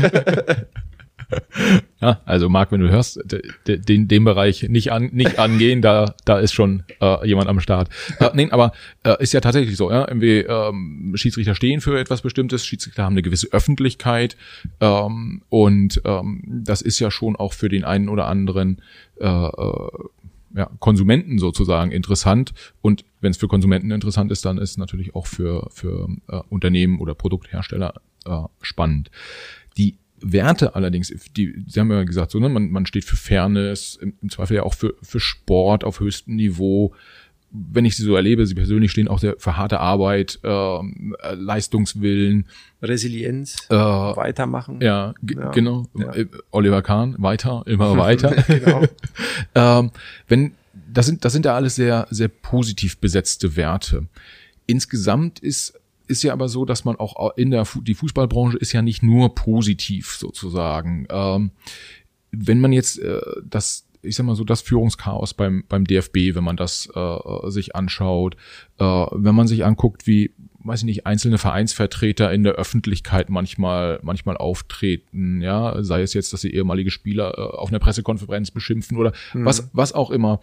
Ja, also Marc, wenn du hörst, den Bereich nicht angehen, da ist schon jemand am Start. Aber ist ja tatsächlich so, ja, irgendwie Schiedsrichter stehen für etwas Bestimmtes, Schiedsrichter haben eine gewisse Öffentlichkeit und das ist ja schon auch für den einen oder anderen Konsumenten sozusagen interessant. Und wenn es für Konsumenten interessant ist, dann ist es natürlich auch für Unternehmen oder Produkthersteller spannend. Die Werte allerdings, Sie haben ja gesagt, so, ne, man steht für Fairness, im Zweifel ja auch für Sport auf höchstem Niveau. Wenn ich Sie so erlebe, Sie persönlich stehen auch sehr für harte Arbeit, Leistungswillen. Resilienz, weitermachen. Ja, genau. Ja. Oliver Kahn, immer weiter. Genau. Das sind ja alles sehr, sehr positiv besetzte Werte. Insgesamt ist ja aber so, dass man auch die Fußballbranche ist ja nicht nur positiv sozusagen. Wenn man jetzt das Führungschaos beim DFB, wenn man das sich anschaut, wenn man sich anguckt, wie, weiß ich nicht, einzelne Vereinsvertreter in der Öffentlichkeit manchmal auftreten, ja, sei es jetzt, dass sie ehemalige Spieler auf einer Pressekonferenz beschimpfen oder was auch immer.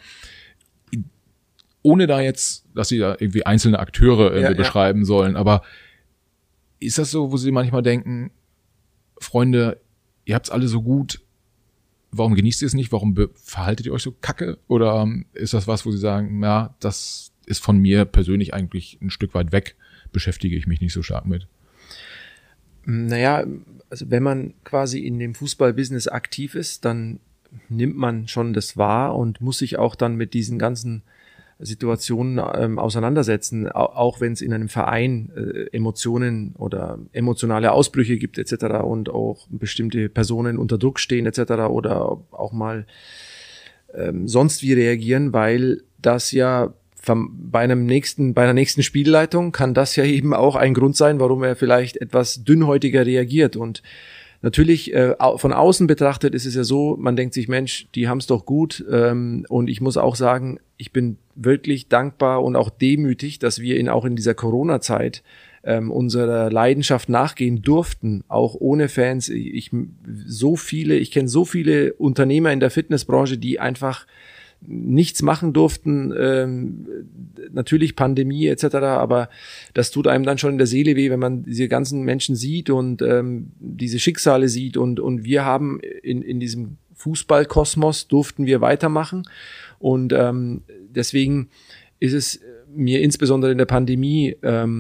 Ohne da jetzt, dass sie da irgendwie einzelne Akteure beschreiben sollen, aber ist das so, wo sie manchmal denken, Freunde, ihr habt's alle so gut, warum genießt ihr es nicht, warum verhaltet ihr euch so kacke? Oder ist das was, wo sie sagen, ja, das ist von mir persönlich eigentlich ein Stück weit weg, beschäftige ich mich nicht so stark mit? Naja, also wenn man quasi in dem Fußballbusiness aktiv ist, dann nimmt man schon das wahr und muss sich auch dann mit diesen ganzen Situationen auseinandersetzen, auch wenn es in einem Verein Emotionen oder emotionale Ausbrüche gibt etc. und auch bestimmte Personen unter Druck stehen etc. oder auch mal sonst wie reagieren, weil das ja bei einer nächsten Spielleitung kann das ja eben auch ein Grund sein, warum er vielleicht etwas dünnhäutiger reagiert. Und natürlich, von außen betrachtet ist es ja so, man denkt sich, Mensch, die haben es doch gut. Und ich muss auch sagen, ich bin wirklich dankbar und auch demütig, dass wir auch in dieser Corona-Zeit unserer Leidenschaft nachgehen durften, auch ohne Fans. Ich kenne so viele Unternehmer in der Fitnessbranche, die einfach nichts machen durften, natürlich Pandemie etc., aber das tut einem dann schon in der Seele weh, wenn man diese ganzen Menschen sieht und diese Schicksale sieht und wir haben in diesem Fußballkosmos durften wir weitermachen und deswegen ist es mir insbesondere in der Pandemie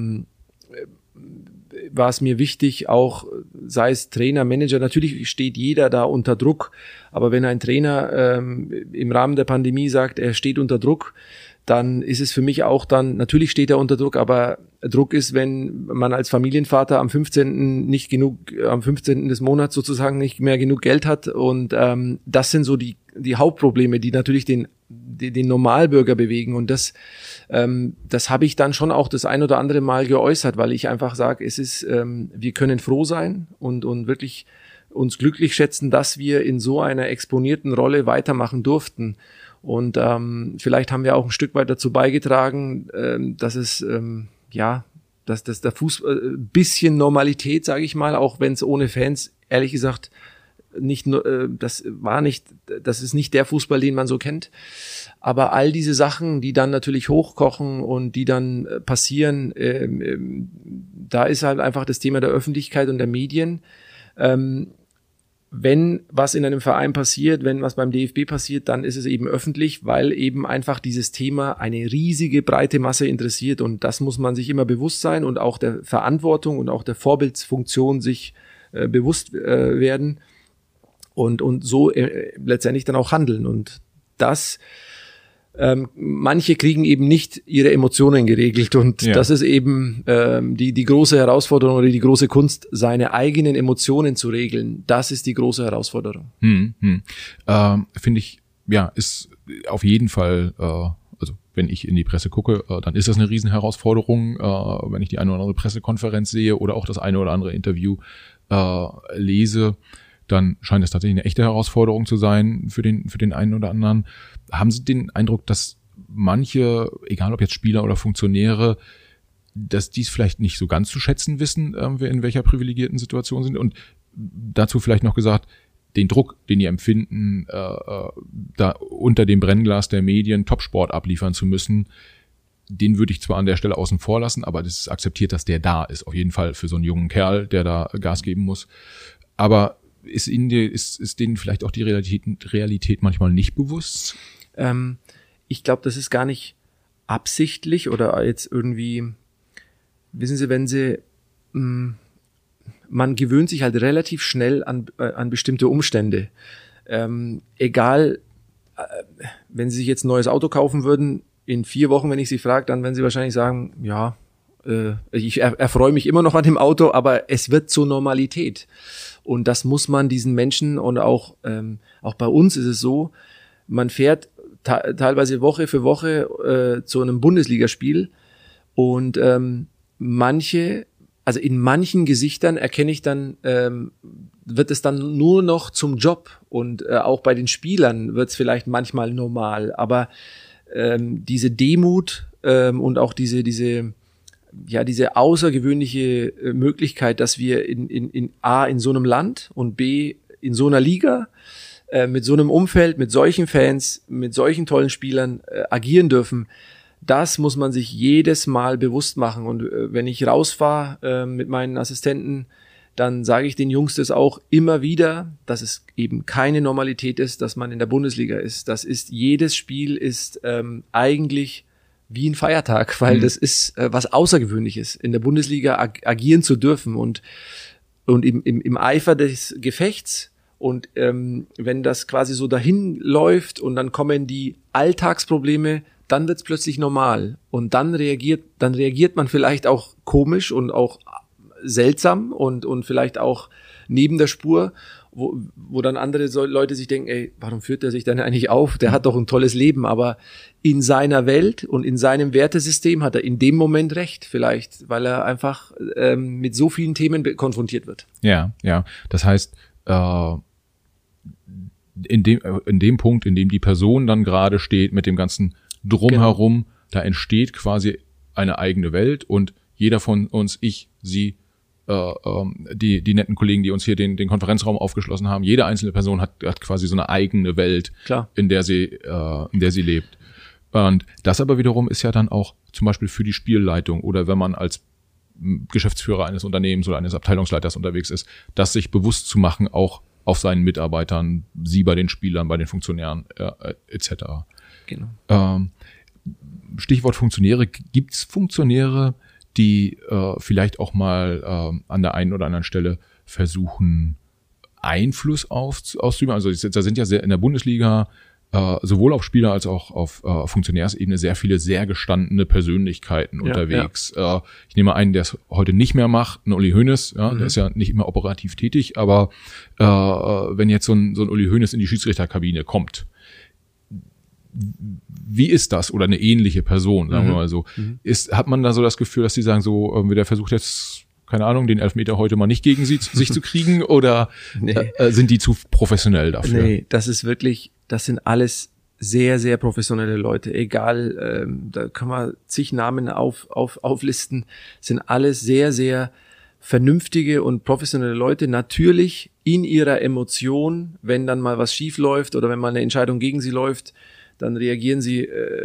war es mir wichtig, auch sei es Trainer, Manager, natürlich steht jeder da unter Druck, aber wenn ein Trainer im Rahmen der Pandemie sagt, er steht unter Druck, dann ist es für mich auch dann, natürlich steht er unter Druck, aber Druck ist, wenn man als Familienvater am 15. des Monats sozusagen nicht mehr genug Geld hat, und das sind so die Hauptprobleme, die natürlich den Normalbürger bewegen, und das habe ich dann schon auch das ein oder andere Mal geäußert, weil ich einfach sage, wir können froh sein und wirklich uns glücklich schätzen, dass wir in so einer exponierten Rolle weitermachen durften. Und vielleicht haben wir auch ein Stück weit dazu beigetragen, dass es dass der Fußball ein bisschen Normalität, sage ich mal, auch wenn es ohne Fans, ehrlich gesagt, nicht nur, das ist nicht der Fußball, den man so kennt. Aber all diese Sachen, die dann natürlich hochkochen und die dann passieren, da ist halt einfach das Thema der Öffentlichkeit und der Medien. Wenn was in einem Verein passiert, wenn was beim DFB passiert, dann ist es eben öffentlich, weil eben einfach dieses Thema eine riesige, breite Masse interessiert, und das muss man sich immer bewusst sein und auch der Verantwortung und auch der Vorbildsfunktion sich bewusst werden und so letztendlich dann auch handeln, und das manche kriegen eben nicht ihre Emotionen geregelt, und das ist eben die große Herausforderung oder die große Kunst, seine eigenen Emotionen zu regeln. Das ist die große Herausforderung. Finde ich, ist auf jeden Fall, also wenn ich in die Presse gucke, dann ist das eine Riesenherausforderung, wenn ich die eine oder andere Pressekonferenz sehe oder auch das eine oder andere Interview lese, dann scheint es tatsächlich eine echte Herausforderung zu sein für den einen oder anderen. Haben Sie den Eindruck, dass manche, egal ob jetzt Spieler oder Funktionäre, dass die es vielleicht nicht so ganz zu schätzen wissen, in welcher privilegierten Situation sind? Und dazu vielleicht noch gesagt, den Druck, den die empfinden, da unter dem Brennglas der Medien Topsport abliefern zu müssen, den würde ich zwar an der Stelle außen vor lassen, aber das ist akzeptiert, dass der da ist. Auf jeden Fall für so einen jungen Kerl, der da Gas geben muss. Aber ist denen vielleicht auch die Realität manchmal nicht bewusst? Ich glaube, das ist gar nicht absichtlich oder jetzt irgendwie, wissen Sie, man gewöhnt sich halt relativ schnell an bestimmte Umstände. Egal, wenn Sie sich jetzt ein neues Auto kaufen würden, in 4 Wochen, wenn ich Sie frage, dann werden Sie wahrscheinlich sagen, ja, ich erfreue mich immer noch an dem Auto, aber es wird zur Normalität. Und das muss man diesen Menschen, und auch bei uns ist es so, man fährt teilweise Woche für Woche zu einem Bundesligaspiel, und in manchen Gesichtern erkenne ich dann, wird es dann nur noch zum Job, und auch bei den Spielern wird es vielleicht manchmal normal, aber diese Demut und auch diese außergewöhnliche Möglichkeit, dass wir in so einem Land und B in so einer Liga mit so einem Umfeld, mit solchen Fans, mit solchen tollen Spielern agieren dürfen, das muss man sich jedes Mal bewusst machen. Und wenn ich rausfahre mit meinen Assistenten, dann sage ich den Jungs das auch immer wieder, dass es eben keine Normalität ist, dass man in der Bundesliga ist. Jedes Spiel ist eigentlich wie ein Feiertag, weil das ist was Außergewöhnliches, in der Bundesliga agieren zu dürfen, und im Eifer des Gefechts, und wenn das quasi so dahin läuft und dann kommen die Alltagsprobleme, dann wird's plötzlich normal, und dann reagiert man vielleicht auch komisch und auch seltsam und vielleicht auch neben der Spur, wo dann andere Leute sich denken, ey, warum führt der sich denn eigentlich auf? Der hat doch ein tolles Leben, aber in seiner Welt und in seinem Wertesystem hat er in dem Moment recht, vielleicht, weil er einfach mit so vielen Themen konfrontiert wird. Ja. Das heißt, in dem Punkt, in dem die Person dann gerade steht, mit dem ganzen Drumherum, da entsteht quasi eine eigene Welt, und jeder von uns, ich, Sie, die netten Kollegen, die uns hier den Konferenzraum aufgeschlossen haben, jede einzelne Person hat quasi so eine eigene Welt, in der sie lebt. Und das aber wiederum ist ja dann auch zum Beispiel für die Spielleitung, oder wenn man als Geschäftsführer eines Unternehmens oder eines Abteilungsleiters unterwegs ist, das sich bewusst zu machen, auch auf seinen Mitarbeitern, Sie bei den Spielern, bei den Funktionären etc. Genau. Stichwort Funktionäre. Gibt es Funktionäre, die vielleicht auch mal an der einen oder anderen Stelle versuchen, Einfluss auszuüben? Also da sind ja in der Bundesliga sowohl auf Spieler- als auch auf Funktionärsebene sehr viele sehr gestandene Persönlichkeiten unterwegs. Ja. Ich nehme einen, der es heute nicht mehr macht, einen Uli Hoeneß, der ist ja nicht immer operativ tätig, aber wenn jetzt so ein Uli Hoeneß in die Schiedsrichterkabine kommt, wie ist das? Oder eine ähnliche Person, sagen wir mal so. Hat man da so das Gefühl, dass die sagen, so, irgendwie der versucht jetzt, keine Ahnung, den Elfmeter heute mal nicht gegen sich zu kriegen, oder sind die zu professionell dafür? Nee, das sind alles sehr, sehr professionelle Leute. Egal, da kann man zig Namen auflisten, sind alles sehr, sehr vernünftige und professionelle Leute. Natürlich in ihrer Emotion, wenn dann mal was schief läuft oder wenn mal eine Entscheidung gegen sie läuft, dann reagieren sie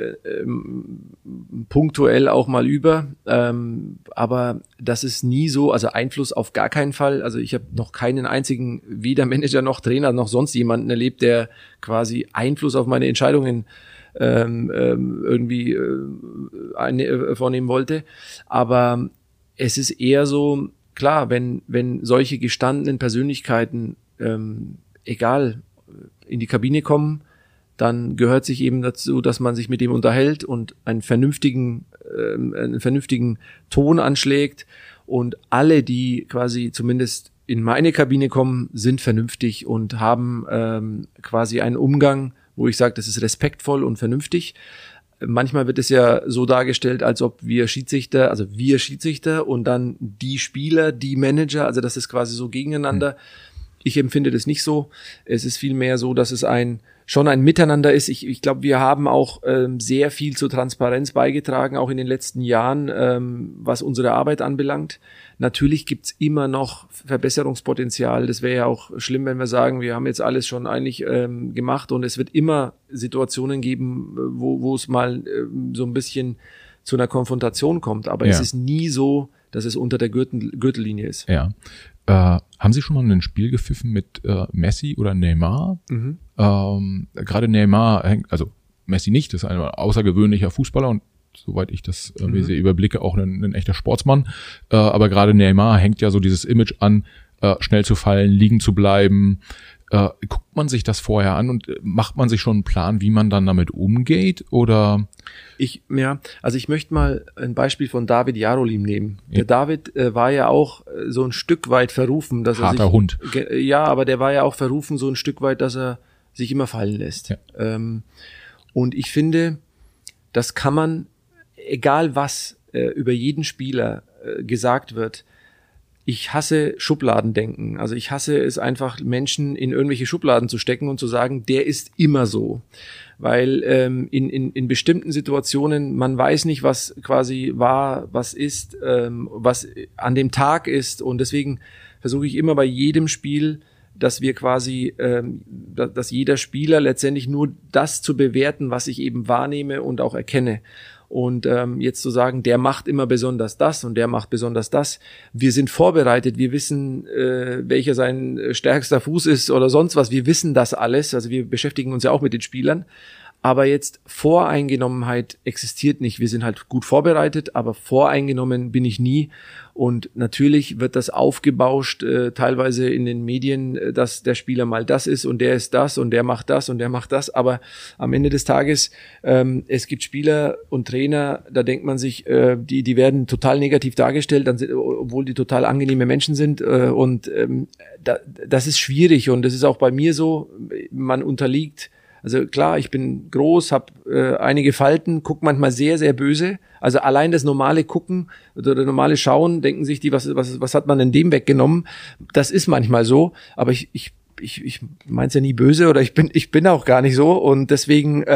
punktuell auch mal über. Aber das ist nie so, also Einfluss auf gar keinen Fall. Also ich habe noch keinen einzigen, weder Manager noch Trainer noch sonst jemanden erlebt, der quasi Einfluss auf meine Entscheidungen irgendwie vornehmen wollte. Aber es ist eher so, klar, wenn solche gestandenen Persönlichkeiten, egal, in die Kabine kommen, dann gehört sich eben dazu, dass man sich mit dem unterhält und einen vernünftigen Ton anschlägt. Und alle, die quasi zumindest in meine Kabine kommen, sind vernünftig und haben quasi einen Umgang, wo ich sage, das ist respektvoll und vernünftig. Manchmal wird es ja so dargestellt, als ob wir Schiedsrichter und dann die Spieler, die Manager, also das ist quasi so gegeneinander. Ich empfinde das nicht so. Es ist vielmehr so, dass es schon ein Miteinander ist. Ich glaube, wir haben auch sehr viel zur Transparenz beigetragen, auch in den letzten Jahren, was unsere Arbeit anbelangt. Natürlich gibt's immer noch Verbesserungspotenzial. Das wäre ja auch schlimm, wenn wir sagen, wir haben jetzt alles schon eigentlich gemacht, und es wird immer Situationen geben, wo es mal so ein bisschen zu einer Konfrontation kommt. Aber es ist nie so, dass es unter der Gürtellinie ist. Ja. Haben Sie schon mal ein Spiel gepfiffen mit Messi oder Neymar? Gerade Neymar also Messi nicht, das ist ein außergewöhnlicher Fußballer und soweit ich das sehe, überblicke, auch ein echter Sportsmann. Aber gerade Neymar hängt ja so dieses Image an, schnell zu fallen, liegen zu bleiben. Guckt man sich das vorher an und macht man sich schon einen Plan, wie man dann damit umgeht, oder? Ich möchte mal ein Beispiel von David Jarolim nehmen. Ja. Der David war ja auch so ein Stück weit verrufen, dass harter Hund. Ja, aber der war ja auch verrufen so ein Stück weit, dass er sich immer fallen lässt. Ja. Und ich finde, das kann man, egal was über jeden Spieler gesagt wird, ich hasse Schubladendenken. Also ich hasse es einfach, Menschen in irgendwelche Schubladen zu stecken und zu sagen, der ist immer so. Weil in bestimmten Situationen, man weiß nicht, was quasi war, was ist, was an dem Tag ist. Und deswegen versuche ich immer bei jedem Spiel, dass wir quasi, dass jeder Spieler letztendlich nur das zu bewerten, was ich eben wahrnehme und auch erkenne. Und jetzt zu sagen, der macht immer besonders das und der macht besonders das. Wir sind vorbereitet, wir wissen, welcher sein stärkster Fuß ist oder sonst was. Wir wissen das alles, also wir beschäftigen uns ja auch mit den Spielern. Aber jetzt Voreingenommenheit existiert nicht. Wir sind halt gut vorbereitet, aber voreingenommen bin ich nie. Und natürlich wird das aufgebauscht, teilweise in den Medien, dass der Spieler mal das ist und der ist das und der macht das und der macht das. Aber am Ende des Tages, es gibt Spieler und Trainer, da denkt man sich, die werden total negativ dargestellt, obwohl die total angenehme Menschen sind. Das ist schwierig, und das ist auch bei mir so. Man unterliegt. Also klar, ich bin groß, habe einige Falten, gucke manchmal sehr, sehr böse. Also allein das normale Gucken oder das normale Schauen, denken sich die, was hat man denn dem weggenommen? Das ist manchmal so, aber ich mein's ja nie böse, oder ich bin auch gar nicht so. Und deswegen,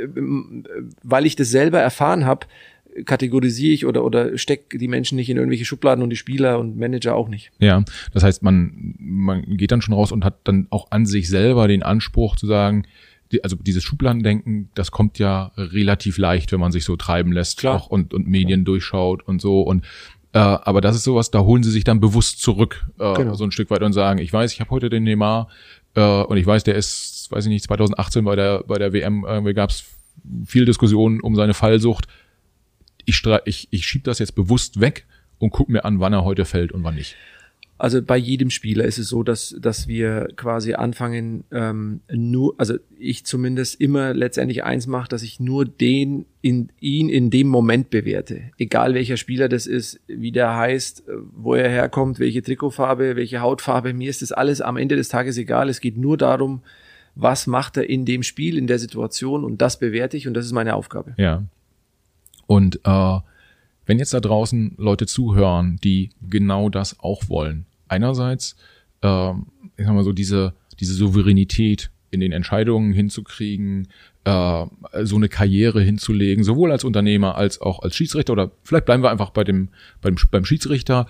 weil ich das selber erfahren habe, kategorisiere ich oder stecke die Menschen nicht in irgendwelche Schubladen und die Spieler und Manager auch nicht. Ja, das heißt, man geht dann schon raus und hat dann auch an sich selber den Anspruch zu sagen, also dieses Schubladendenken, das kommt ja relativ leicht, wenn man sich so treiben lässt. Klar. Auch und Medien durchschaut und so. Und aber das ist sowas, da holen sie sich dann bewusst zurück, genau, so ein Stück weit, und sagen, ich weiß, ich habe heute den Neymar und ich weiß, der ist, weiß ich nicht, 2018 bei der WM irgendwie gab es viel Diskussionen um seine Fallsucht. Ich schieb das jetzt bewusst weg und guck mir an, wann er heute fällt und wann nicht. Also bei jedem Spieler ist es so, dass wir quasi anfangen, also ich zumindest immer letztendlich eins mache, dass ich nur ihn in dem Moment bewerte. Egal welcher Spieler das ist, wie der heißt, wo er herkommt, welche Trikotfarbe, welche Hautfarbe, mir ist das alles am Ende des Tages egal. Es geht nur darum, was macht er in dem Spiel, in der Situation, und das bewerte ich, und das ist meine Aufgabe. Ja. Und wenn jetzt da draußen Leute zuhören, die genau das auch wollen, einerseits, ich sag mal so, diese Souveränität in den Entscheidungen hinzukriegen, so eine Karriere hinzulegen, sowohl als Unternehmer als auch als Schiedsrichter, oder vielleicht bleiben wir einfach beim Schiedsrichter.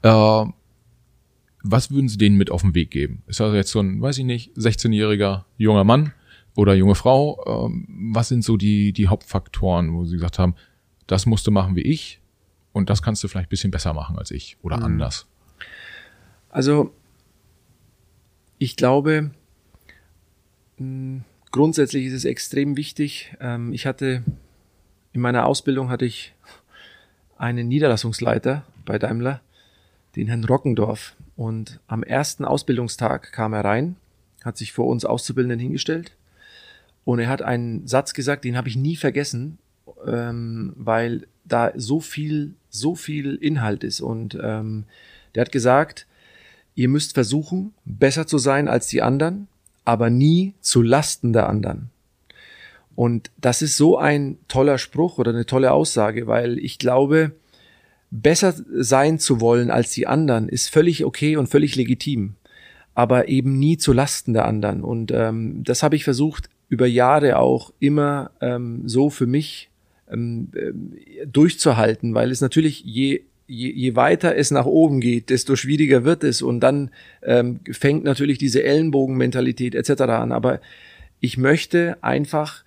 Was würden Sie denen mit auf den Weg geben? Ist also jetzt so ein, weiß ich nicht, 16-jähriger junger Mann oder junge Frau? Was sind so die Hauptfaktoren, wo Sie gesagt haben, das musst du machen wie ich und das kannst du vielleicht ein bisschen besser machen als ich oder anders? Also ich glaube, grundsätzlich ist es extrem wichtig. In meiner Ausbildung hatte ich einen Niederlassungsleiter bei Daimler, den Herrn Rockendorf. Und am ersten Ausbildungstag kam er rein, hat sich vor uns Auszubildenden hingestellt und er hat einen Satz gesagt, den habe ich nie vergessen, weil da so viel Inhalt ist. Und der hat gesagt, ihr müsst versuchen, besser zu sein als die anderen, aber nie zu Lasten der anderen. Und das ist so ein toller Spruch oder eine tolle Aussage, weil ich glaube, besser sein zu wollen als die anderen ist völlig okay und völlig legitim, aber eben nie zu Lasten der anderen. Und das habe ich versucht, über Jahre auch immer so für mich durchzuhalten, weil es natürlich je weiter es nach oben geht, desto schwieriger wird es, und dann fängt natürlich diese Ellenbogenmentalität etc. an. Aber ich möchte einfach,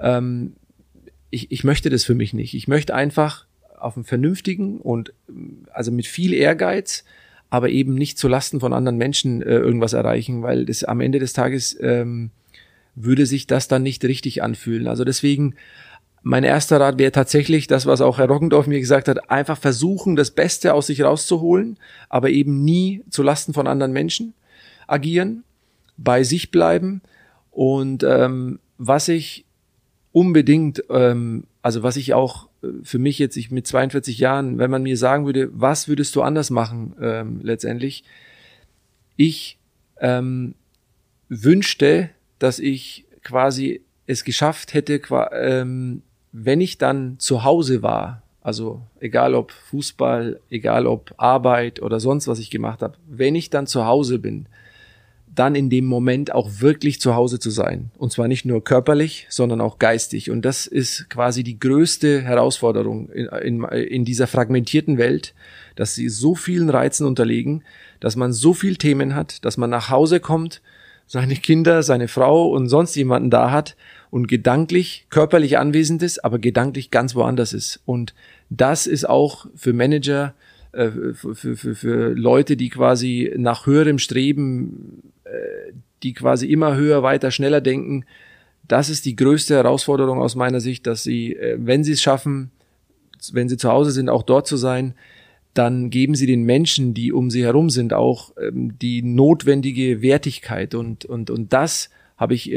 ich möchte das für mich nicht. Ich möchte einfach auf einem vernünftigen und also mit viel Ehrgeiz, aber eben nicht zu Lasten von anderen Menschen irgendwas erreichen, weil das am Ende des Tages würde sich das dann nicht richtig anfühlen. Also deswegen, mein erster Rat wäre tatsächlich das, was auch Herr Rockendorf mir gesagt hat, einfach versuchen, das Beste aus sich rauszuholen, aber eben nie zu Lasten von anderen Menschen agieren, bei sich bleiben. Und was ich unbedingt, also was ich auch für mich jetzt, ich mit 42 Jahren, wenn man mir sagen würde, was würdest du anders machen letztendlich, ich wünschte, dass ich quasi es geschafft hätte, wenn ich dann zu Hause war, also egal ob Fußball, egal ob Arbeit oder sonst was ich gemacht habe, wenn ich dann zu Hause bin, dann in dem Moment auch wirklich zu Hause zu sein. Und zwar nicht nur körperlich, sondern auch geistig. Und das ist quasi die größte Herausforderung in dieser fragmentierten Welt, dass sie so vielen Reizen unterliegen, dass man so viel Themen hat, dass man nach Hause kommt, seine Kinder, seine Frau und sonst jemanden da hat und gedanklich, körperlich anwesend ist, aber gedanklich ganz woanders ist. Und das ist auch für Manager, für Leute, die quasi nach höherem Streben, die quasi immer höher, weiter, schneller denken, das ist die größte Herausforderung aus meiner Sicht, dass sie, wenn sie es schaffen, wenn sie zu Hause sind, auch dort zu sein, dann geben sie den Menschen, die um sie herum sind, auch die notwendige Wertigkeit. Und das habe ich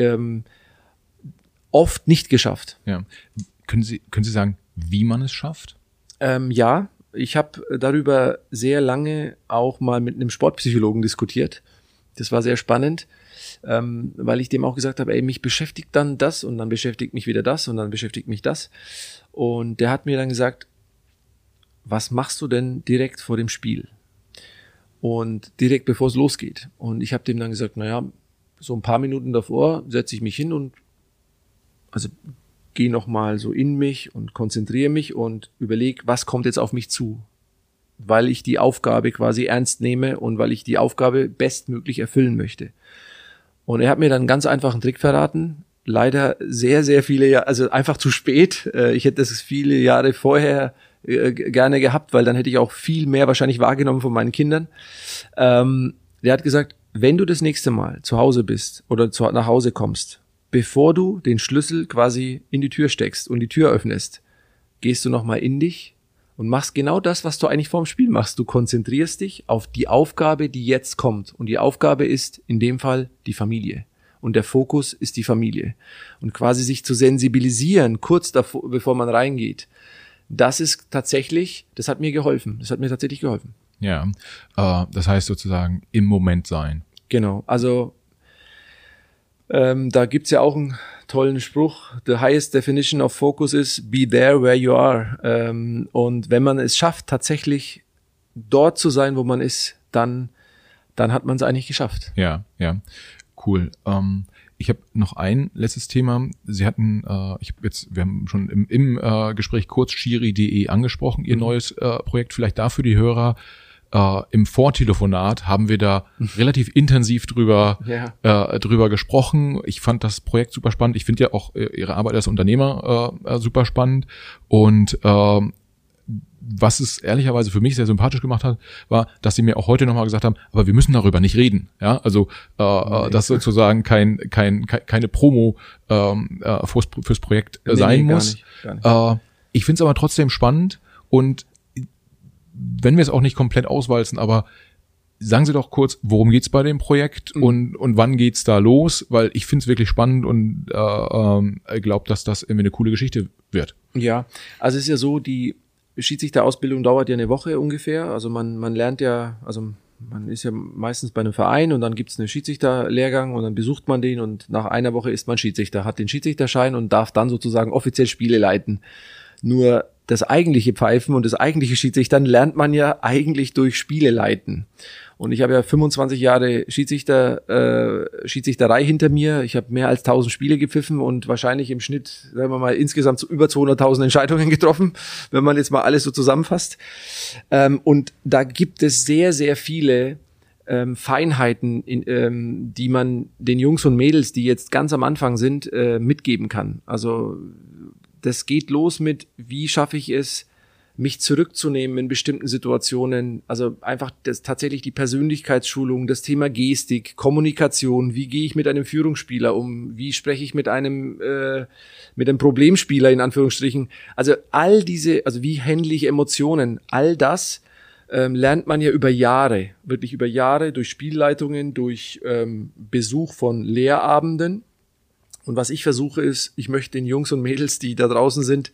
oft nicht geschafft. Ja. Können Sie sagen, wie man es schafft? Ja, ich habe darüber sehr lange auch mal mit einem Sportpsychologen diskutiert. Das war sehr spannend, weil ich dem auch gesagt habe, mich beschäftigt dann das und dann beschäftigt mich wieder das und dann beschäftigt mich das. Und der hat mir dann gesagt, was machst du denn direkt vor dem Spiel? Und direkt bevor es losgeht. Und ich habe dem dann gesagt, so ein paar Minuten davor setze ich mich hin und gehe nochmal so in mich und konzentriere mich und überlege, was kommt jetzt auf mich zu? Weil ich die Aufgabe quasi ernst nehme und weil ich die Aufgabe bestmöglich erfüllen möchte. Und er hat mir dann einen ganz einfachen Trick verraten. Leider sehr, sehr viele Jahre, also einfach zu spät. Ich hätte das viele Jahre vorher gerne gehabt, weil dann hätte ich auch viel mehr wahrscheinlich wahrgenommen von meinen Kindern. Der hat gesagt, wenn du das nächste Mal zu Hause bist oder nach Hause kommst, bevor du den Schlüssel quasi in die Tür steckst und die Tür öffnest, gehst du nochmal in dich und machst genau das, was du eigentlich vorm Spiel machst. Du konzentrierst dich auf die Aufgabe, die jetzt kommt. Und die Aufgabe ist in dem Fall die Familie. Und der Fokus ist die Familie. Und quasi sich zu sensibilisieren, kurz davor, bevor man reingeht, das ist tatsächlich, das hat mir geholfen. Das hat mir tatsächlich geholfen. Ja, das heißt sozusagen im Moment sein. Genau, also da gibt's ja auch einen tollen Spruch. The highest definition of focus is be there where you are. Und wenn man es schafft, tatsächlich dort zu sein, wo man ist, dann hat man es eigentlich geschafft. Ja, cool. Ich habe noch ein letztes Thema. Sie hatten, wir haben schon im Gespräch kurz Schiri.de angesprochen, Ihr neues Projekt. Vielleicht dafür die Hörer. Im Vortelefonat haben wir da relativ intensiv drüber gesprochen. Ich fand das Projekt super spannend. Ich finde ja auch Ihre Arbeit als Unternehmer super spannend. Und was es ehrlicherweise für mich sehr sympathisch gemacht hat, war, dass Sie mir auch heute nochmal gesagt haben, aber wir müssen darüber nicht reden. Ja, also dass sozusagen keine Promo fürs Projekt sein muss. Gar nicht. Ich finde es aber trotzdem spannend und wenn wir es auch nicht komplett auswalzen, aber sagen Sie doch kurz, worum geht's bei dem Projekt und wann geht's da los? Weil ich finde es wirklich spannend und glaube, dass das irgendwie eine coole Geschichte wird. Ja, also es ist ja so, die Schiedsrichterausbildung dauert ja eine Woche ungefähr. Also man lernt ja, also man ist ja meistens bei einem Verein und dann gibt's einen Schiedsrichterlehrgang und dann besucht man den und nach einer Woche ist man Schiedsrichter, hat den Schiedsrichterschein und darf dann sozusagen offiziell Spiele leiten. Nur das eigentliche Pfeifen und das eigentliche Schiedsrichtern lernt man ja eigentlich durch Spiele leiten. Und ich habe ja 25 Jahre Schiedsrichterei hinter mir. Ich habe mehr als 1000 Spiele gepfiffen und wahrscheinlich im Schnitt, sagen wir mal, insgesamt so über 200.000 Entscheidungen getroffen, wenn man jetzt mal alles so zusammenfasst. Und da gibt es sehr, sehr viele Feinheiten, die man den Jungs und Mädels, die jetzt ganz am Anfang sind, mitgeben kann. Also das geht los mit, wie schaffe ich es, mich zurückzunehmen in bestimmten Situationen. Also einfach tatsächlich die Persönlichkeitsschulung, das Thema Gestik, Kommunikation, wie gehe ich mit einem Führungsspieler um, wie spreche ich mit einem Problemspieler in Anführungsstrichen. Also all diese, also wie handle ich Emotionen, all das lernt man ja über Jahre, wirklich über Jahre durch Spielleitungen, durch Besuch von Lehrabenden. Und was ich versuche ist, ich möchte den Jungs und Mädels, die da draußen sind,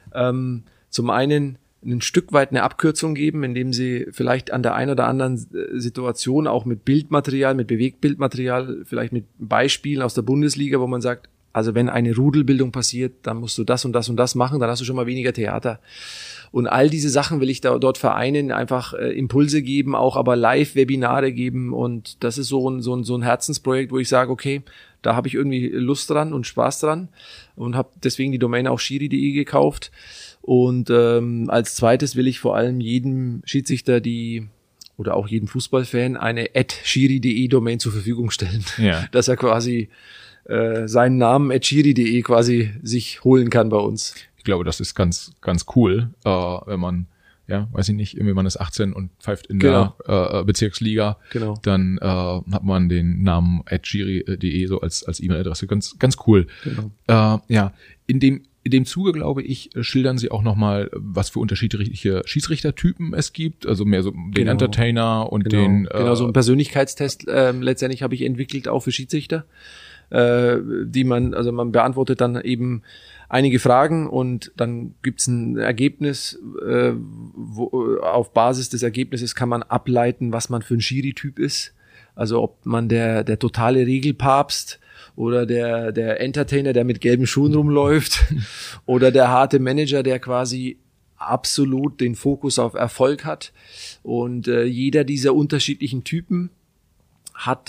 zum einen ein Stück weit eine Abkürzung geben, indem sie vielleicht an der einen oder anderen Situation auch mit Bildmaterial, mit Bewegtbildmaterial, vielleicht mit Beispielen aus der Bundesliga, wo man sagt, also wenn eine Rudelbildung passiert, dann musst du das und das und das machen, dann hast du schon mal weniger Theater. Und all diese Sachen will ich dort vereinen, einfach Impulse geben, auch aber Live-Webinare geben. Und das ist so ein Herzensprojekt, wo ich sage, okay, da habe ich irgendwie Lust dran und Spaß dran und habe deswegen die Domain auch Schiri.de gekauft. Und als zweites will ich vor allem jedem Schiedsrichter oder auch jedem Fußballfan eine @schiri.de Domain zur Verfügung stellen, dass er quasi seinen Namen @schiri.de quasi sich holen kann bei uns. Ich glaube, das ist ganz, ganz cool, wenn man, weiß ich nicht, irgendwie man ist 18 und pfeift in der Bezirksliga, dann hat man den Namen @schiri.de so als E-Mail-Adresse. Ganz, ganz cool. Genau. In dem Zuge, glaube ich, schildern Sie auch nochmal, was für unterschiedliche Schiedsrichtertypen es gibt, also mehr so den Entertainer und den... so einen Persönlichkeitstest letztendlich habe ich entwickelt, auch für Schiedsrichter, man beantwortet dann eben einige Fragen und dann gibt's ein Ergebnis, auf Basis des Ergebnisses kann man ableiten, was man für ein Schiri-Typ ist, also ob man der totale Regelpapst oder der Entertainer, der mit gelben Schuhen rumläuft oder der harte Manager, der quasi absolut den Fokus auf Erfolg hat. Und jeder dieser unterschiedlichen Typen hat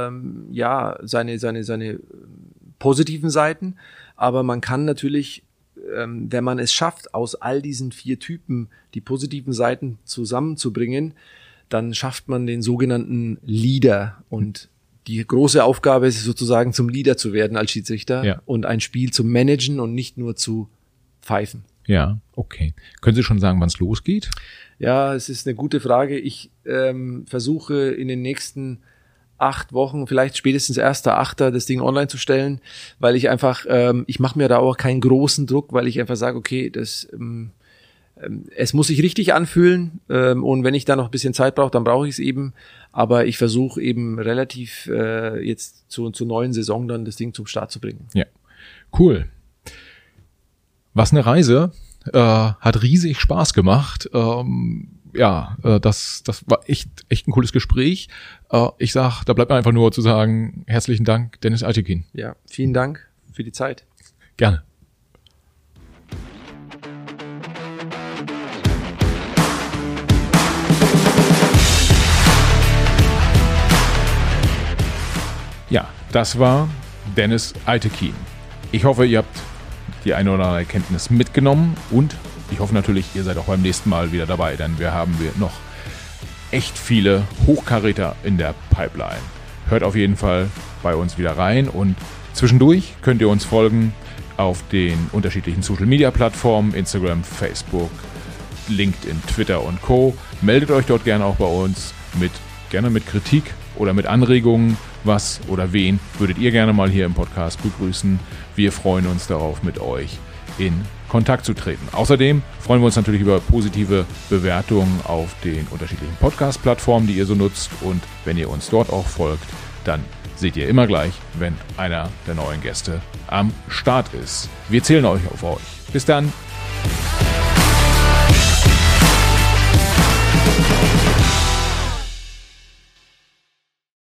seine positiven Seiten, aber man kann natürlich, wenn man es schafft, aus all diesen 4 Typen die positiven Seiten zusammenzubringen, dann schafft man den sogenannten Leader. Und die große Aufgabe ist sozusagen, zum Leader zu werden als Schiedsrichter und ein Spiel zu managen und nicht nur zu pfeifen. Ja, okay. Können Sie schon sagen, wann es losgeht? Ja, es ist eine gute Frage. Ich versuche in den nächsten 8 Wochen, vielleicht spätestens 1.8. das Ding online zu stellen, weil ich einfach, ich mache mir da auch keinen großen Druck, weil ich einfach sage, okay, es muss sich richtig anfühlen, und wenn ich da noch ein bisschen Zeit brauche, dann brauche ich es eben. Aber ich versuche eben relativ jetzt zur neuen Saison dann das Ding zum Start zu bringen. Ja, cool. Was eine Reise. Hat riesig Spaß gemacht. Das war echt ein cooles Gespräch. Ich sag, da bleibt mir einfach nur zu sagen, herzlichen Dank, Dennis Aitekin. Ja, vielen Dank für die Zeit. Gerne. Ja, das war Dennis Aitekin. Ich hoffe, ihr habt die eine oder andere Erkenntnis mitgenommen und ich hoffe natürlich, ihr seid auch beim nächsten Mal wieder dabei, denn wir haben noch echt viele Hochkaräter in der Pipeline. Hört auf jeden Fall bei uns wieder rein und zwischendurch könnt ihr uns folgen auf den unterschiedlichen Social-Media-Plattformen, Instagram, Facebook, LinkedIn, Twitter und Co. Meldet euch dort gerne auch bei uns gerne mit Kritik oder mit Anregungen. Was oder wen würdet ihr gerne mal hier im Podcast begrüßen? Wir freuen uns darauf, mit euch in Kontakt zu treten. Außerdem freuen wir uns natürlich über positive Bewertungen auf den unterschiedlichen Podcast-Plattformen, die ihr so nutzt. Und wenn ihr uns dort auch folgt, dann seht ihr immer gleich, wenn einer der neuen Gäste am Start ist. Wir zählen euch auf euch. Bis dann.